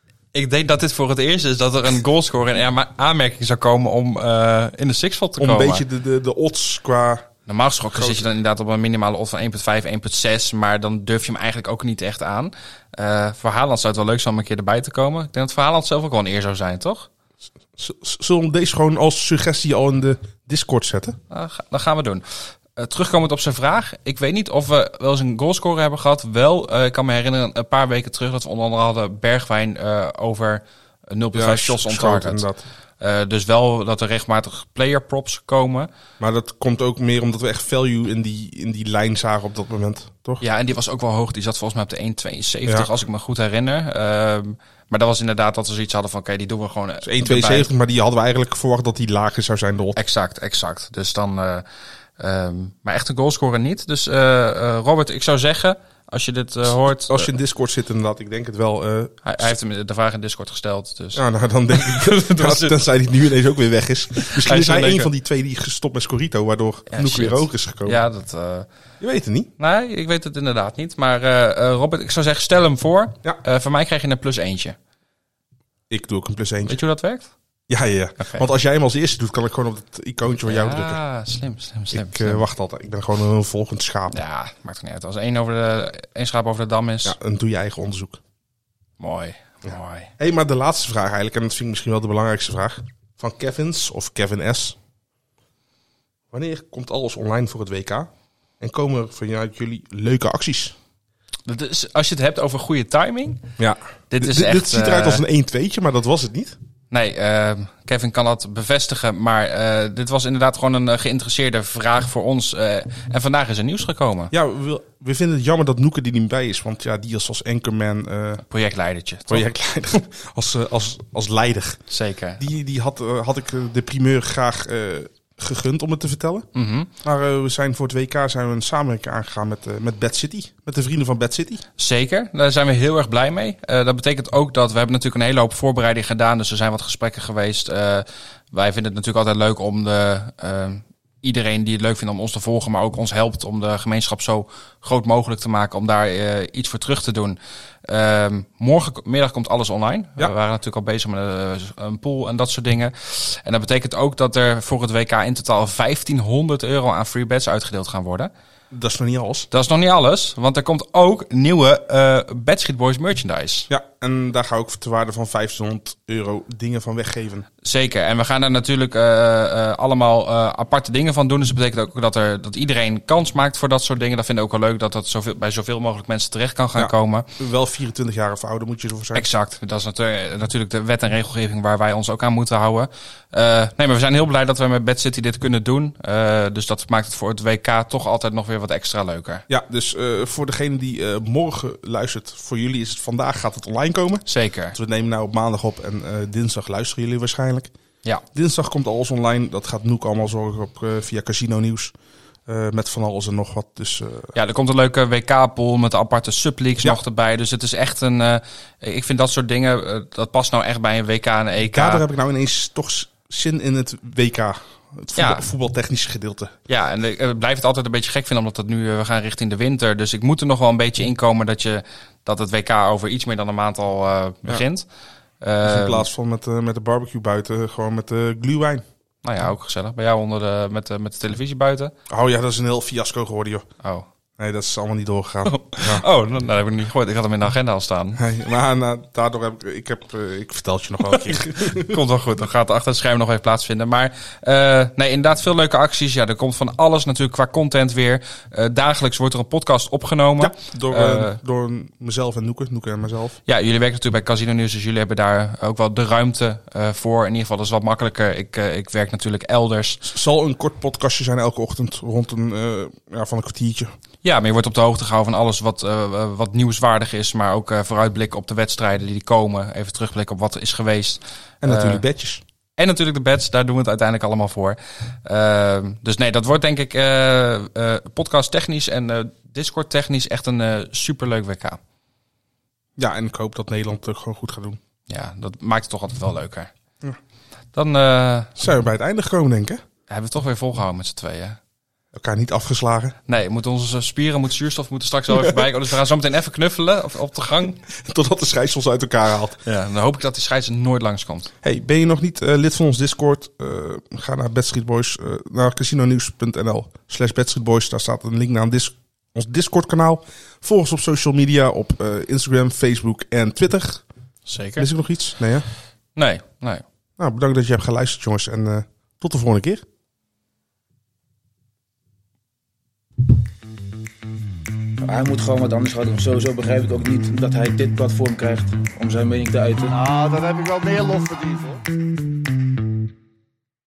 [SPEAKER 4] Ik denk dat dit voor het eerst is dat er een goalscorer in aanmerking zou komen om uh, in de Sixfold te
[SPEAKER 3] om
[SPEAKER 4] komen.
[SPEAKER 3] Om een beetje de, de, de odds qua...
[SPEAKER 4] Normaal gesproken zit je dan inderdaad op een minimale odds van één komma vijf, één komma zes. Maar dan durf je hem eigenlijk ook niet echt aan. Uh, voor Haaland zou het wel leuk zijn om een keer erbij te komen. Ik denk dat voor Haaland zelf ook wel een eer zou zijn, toch?
[SPEAKER 3] Z- zullen we deze gewoon als suggestie al in de Discord zetten?
[SPEAKER 4] Uh, ga, dat gaan we doen. Uh, terugkomend op zijn vraag. Ik weet niet of we wel eens een goalscorer hebben gehad. Wel, uh, ik kan me herinneren een paar weken terug dat we onder andere hadden Bergwijn uh, over nul komma vijf ja, shots on target. Uh, dus wel dat er regelmatig player props komen.
[SPEAKER 3] Maar dat komt ook meer omdat we echt value in die, in die lijn zagen op dat moment, toch?
[SPEAKER 4] Ja, en die was ook wel hoog. Die zat volgens mij op de één komma tweeënzeventig, ja. Als ik me goed herinner. Uh, maar dat was inderdaad dat we zoiets hadden van, oké, okay, die doen we gewoon.
[SPEAKER 3] Dus één komma tweeënzeventig, maar die hadden we eigenlijk verwacht dat die lager zou zijn. Door.
[SPEAKER 4] Exact, exact. Dus dan... Uh, um, maar echt een goalscorer niet. Dus uh, uh, Robert, ik zou zeggen... Als je dit uh, hoort...
[SPEAKER 3] Als je in Discord zit inderdaad, ik denk het wel. Uh,
[SPEAKER 4] hij, hij heeft hem de vraag in Discord gesteld. Dus.
[SPEAKER 3] Ja, nou dan denk ik dat tenzij hij nu ineens ook weer weg is. Misschien hij is hij een van die twee die gestopt met Scorito, waardoor ja, Noek weer hoog is gekomen.
[SPEAKER 4] Ja, dat... Uh,
[SPEAKER 3] je weet het niet.
[SPEAKER 4] Nee, ik weet het inderdaad niet. Maar uh, uh, Robert, ik zou zeggen, stel hem voor.
[SPEAKER 3] Ja.
[SPEAKER 4] Uh, voor mij krijg je een plus eentje.
[SPEAKER 3] Ik doe ook een plus eentje.
[SPEAKER 4] Weet je hoe dat werkt?
[SPEAKER 3] Ja, ja. Okay. Want als jij hem als eerste doet, kan ik gewoon op het icoontje van
[SPEAKER 4] ja,
[SPEAKER 3] jou drukken.
[SPEAKER 4] Ja, slim, slim, slim.
[SPEAKER 3] Ik
[SPEAKER 4] slim.
[SPEAKER 3] Uh, wacht altijd. Ik ben gewoon een volgend schaap.
[SPEAKER 4] Ja, maakt er niet uit. Als één, over de, één schaap over de dam is...
[SPEAKER 3] Ja, dan doe je eigen onderzoek.
[SPEAKER 4] Mooi, ja. mooi.
[SPEAKER 3] Hé, hey, maar de laatste vraag eigenlijk, en dat vind ik misschien wel de belangrijkste vraag. Van Kevins, of Kevin S. Wanneer komt alles online voor het W K? En komen er vanuit jullie leuke acties?
[SPEAKER 4] Dus als je het hebt over goede timing...
[SPEAKER 3] Ja,
[SPEAKER 4] dit, is
[SPEAKER 3] D-
[SPEAKER 4] echt,
[SPEAKER 3] dit ziet eruit als een één tweetje, maar dat was het niet.
[SPEAKER 4] Nee, uh, Kevin kan dat bevestigen. Maar uh, dit was inderdaad gewoon een uh, geïnteresseerde vraag voor ons. Uh, en vandaag is er nieuws gekomen.
[SPEAKER 3] Ja, we, we vinden het jammer dat Noeke er niet bij is. Want ja, die is als anchorman... Uh,
[SPEAKER 4] projectleidertje.
[SPEAKER 3] Projectleider. als, uh, als, als leider.
[SPEAKER 4] Zeker.
[SPEAKER 3] Die, die had, uh, had ik de primeur graag... Uh, gegund om het te vertellen.
[SPEAKER 4] Mm-hmm.
[SPEAKER 3] Maar uh, we zijn voor het W K zijn we een samenwerking aangegaan met, uh, met Bad City. Met de vrienden van Bad City.
[SPEAKER 4] Zeker, daar zijn we heel erg blij mee. Uh, dat betekent ook dat we hebben natuurlijk een hele hoop voorbereiding gedaan. Dus er zijn wat gesprekken geweest. Uh, wij vinden het natuurlijk altijd leuk om de... Uh, iedereen die het leuk vindt om ons te volgen, maar ook ons helpt om de gemeenschap zo groot mogelijk te maken, om daar uh, iets voor terug te doen. Uh, morgenmiddag komt alles online. Ja. We waren natuurlijk al bezig met uh, een pool en dat soort dingen. En dat betekent ook dat er voor het W K in totaal vijftienhonderd euro aan free bets uitgedeeld gaan worden.
[SPEAKER 3] Dat is nog niet alles.
[SPEAKER 4] Dat is nog niet alles, want er komt ook nieuwe uh, Bad Street Boys merchandise.
[SPEAKER 3] Ja, en daar ga ik ook ter waarde van vijftienhonderd euro dingen van weggeven.
[SPEAKER 4] Zeker, en we gaan daar natuurlijk uh, uh, allemaal uh, aparte dingen van doen. Dus dat betekent ook dat, er, dat iedereen kans maakt voor dat soort dingen. Dat vinden we ook wel leuk, dat dat zoveel, bij zoveel mogelijk mensen terecht kan gaan ja, komen.
[SPEAKER 3] Wel vierentwintig jaar of ouder moet je ervoor zijn.
[SPEAKER 4] Exact, dat is natu- natuurlijk de wet en regelgeving waar wij ons ook aan moeten houden. Uh, nee, maar we zijn heel blij dat we met Bad City dit kunnen doen. Uh, dus dat maakt het voor het W K toch altijd nog weer wat extra leuker.
[SPEAKER 3] Ja, dus uh, voor degene die uh, morgen luistert, voor jullie is het vandaag gaat het online komen.
[SPEAKER 4] Zeker.
[SPEAKER 3] Dus we nemen nou op maandag op en uh, dinsdag luisteren jullie waarschijnlijk.
[SPEAKER 4] Ja.
[SPEAKER 3] Dinsdag komt alles online. Dat gaat Noek allemaal zorgen op uh, via Casino Nieuws. Uh, met van alles en nog wat. Dus, uh...
[SPEAKER 4] ja, er komt een leuke W K-pool met de aparte subleagues ja. nog erbij. Dus het is echt een... Uh, ik vind dat soort dingen, uh, dat past nou echt bij een W K en een E K.
[SPEAKER 3] Ja, daar heb ik nou ineens toch zin in het W K. Het voetbal, ja. voetbaltechnische gedeelte.
[SPEAKER 4] Ja, en ik blijf het altijd een beetje gek vinden, omdat het nu, we gaan richting de winter. Dus ik moet er nog wel een beetje inkomen dat, je, dat het W K over iets meer dan een maand al uh, begint.
[SPEAKER 3] Dus in
[SPEAKER 4] Uh,
[SPEAKER 3] plaats van met, uh, met de barbecue buiten, gewoon met de uh, glühwein.
[SPEAKER 4] nou ja, ook gezellig. Bij jou onder de, met, de, met de televisie buiten.
[SPEAKER 3] Oh ja, dat is een heel fiasco geworden, joh.
[SPEAKER 4] Oh.
[SPEAKER 3] Nee, dat is allemaal niet doorgegaan.
[SPEAKER 4] Oh,
[SPEAKER 3] Ja.
[SPEAKER 4] oh nou, dat heb ik niet gehoord. Ik had hem in de agenda al staan.
[SPEAKER 3] Nee, maar nou, daardoor heb ik... Ik, heb, uh, ik vertel het je nog wel een keer.
[SPEAKER 4] Komt wel goed. Dan gaat het achter het scherm nog even plaatsvinden. Maar uh, nee, inderdaad veel leuke acties. Ja, er komt van alles natuurlijk qua content weer. Uh, dagelijks wordt er een podcast opgenomen.
[SPEAKER 3] Ja, door, uh, uh, door mezelf en Noeke. Noeke en mezelf.
[SPEAKER 4] Ja, jullie werken natuurlijk bij Casino Nieuws. Dus jullie hebben daar ook wel de ruimte uh, voor. In ieder geval, dat is wat makkelijker. Ik, uh, ik werk natuurlijk elders.
[SPEAKER 3] Zal een kort podcastje zijn elke ochtend. Rond een, uh, ja, van een kwartiertje.
[SPEAKER 4] Ja, maar je wordt op de hoogte gehouden van alles wat, uh, wat nieuwswaardig is. Maar ook uh, vooruitblikken op de wedstrijden die komen. Even terugblikken op wat er is geweest.
[SPEAKER 3] En natuurlijk
[SPEAKER 4] uh,
[SPEAKER 3] badges.
[SPEAKER 4] En natuurlijk de bets, daar doen we het uiteindelijk allemaal voor. Uh, dus nee, dat wordt denk ik uh, uh, podcast technisch en uh, Discord technisch echt een uh, superleuk W K.
[SPEAKER 3] Ja, en ik hoop dat Nederland het gewoon goed gaat doen.
[SPEAKER 4] Ja, dat maakt het toch altijd wel leuker.
[SPEAKER 3] Ja.
[SPEAKER 4] Dan uh,
[SPEAKER 3] zijn we bij het einde gekomen, denk ik.
[SPEAKER 4] Hebben we toch weer volgehouden met z'n tweeën.
[SPEAKER 3] Elkaar niet afgeslagen.
[SPEAKER 4] Nee, moeten onze spieren, moet zuurstof moeten straks wel even bij. Dus we gaan zo meteen even knuffelen op, op de gang.
[SPEAKER 3] Totdat de scheids ons uit elkaar haalt.
[SPEAKER 4] Ja, dan hoop ik dat die scheids nooit langskomt.
[SPEAKER 3] Hey, ben je nog niet uh, lid van ons Discord? Uh, ga naar Bad Street Boys, uh, naar casinonieuws.nl slash Bad Street Boys. Daar staat een link naar een dis- ons Discord kanaal. Volg ons op social media, op uh, Instagram, Facebook en Twitter.
[SPEAKER 4] Zeker.
[SPEAKER 3] Is er nog iets? Nee, hè?
[SPEAKER 4] Nee, nee.
[SPEAKER 3] Nou, bedankt dat je hebt geluisterd, jongens. En uh, tot de volgende keer.
[SPEAKER 11] Hij moet gewoon wat anders gaan doen. Sowieso begrijp ik ook niet dat hij dit platform krijgt om zijn mening te uiten.
[SPEAKER 6] Nou, dan heb ik wel meer lof verdiend, hoor.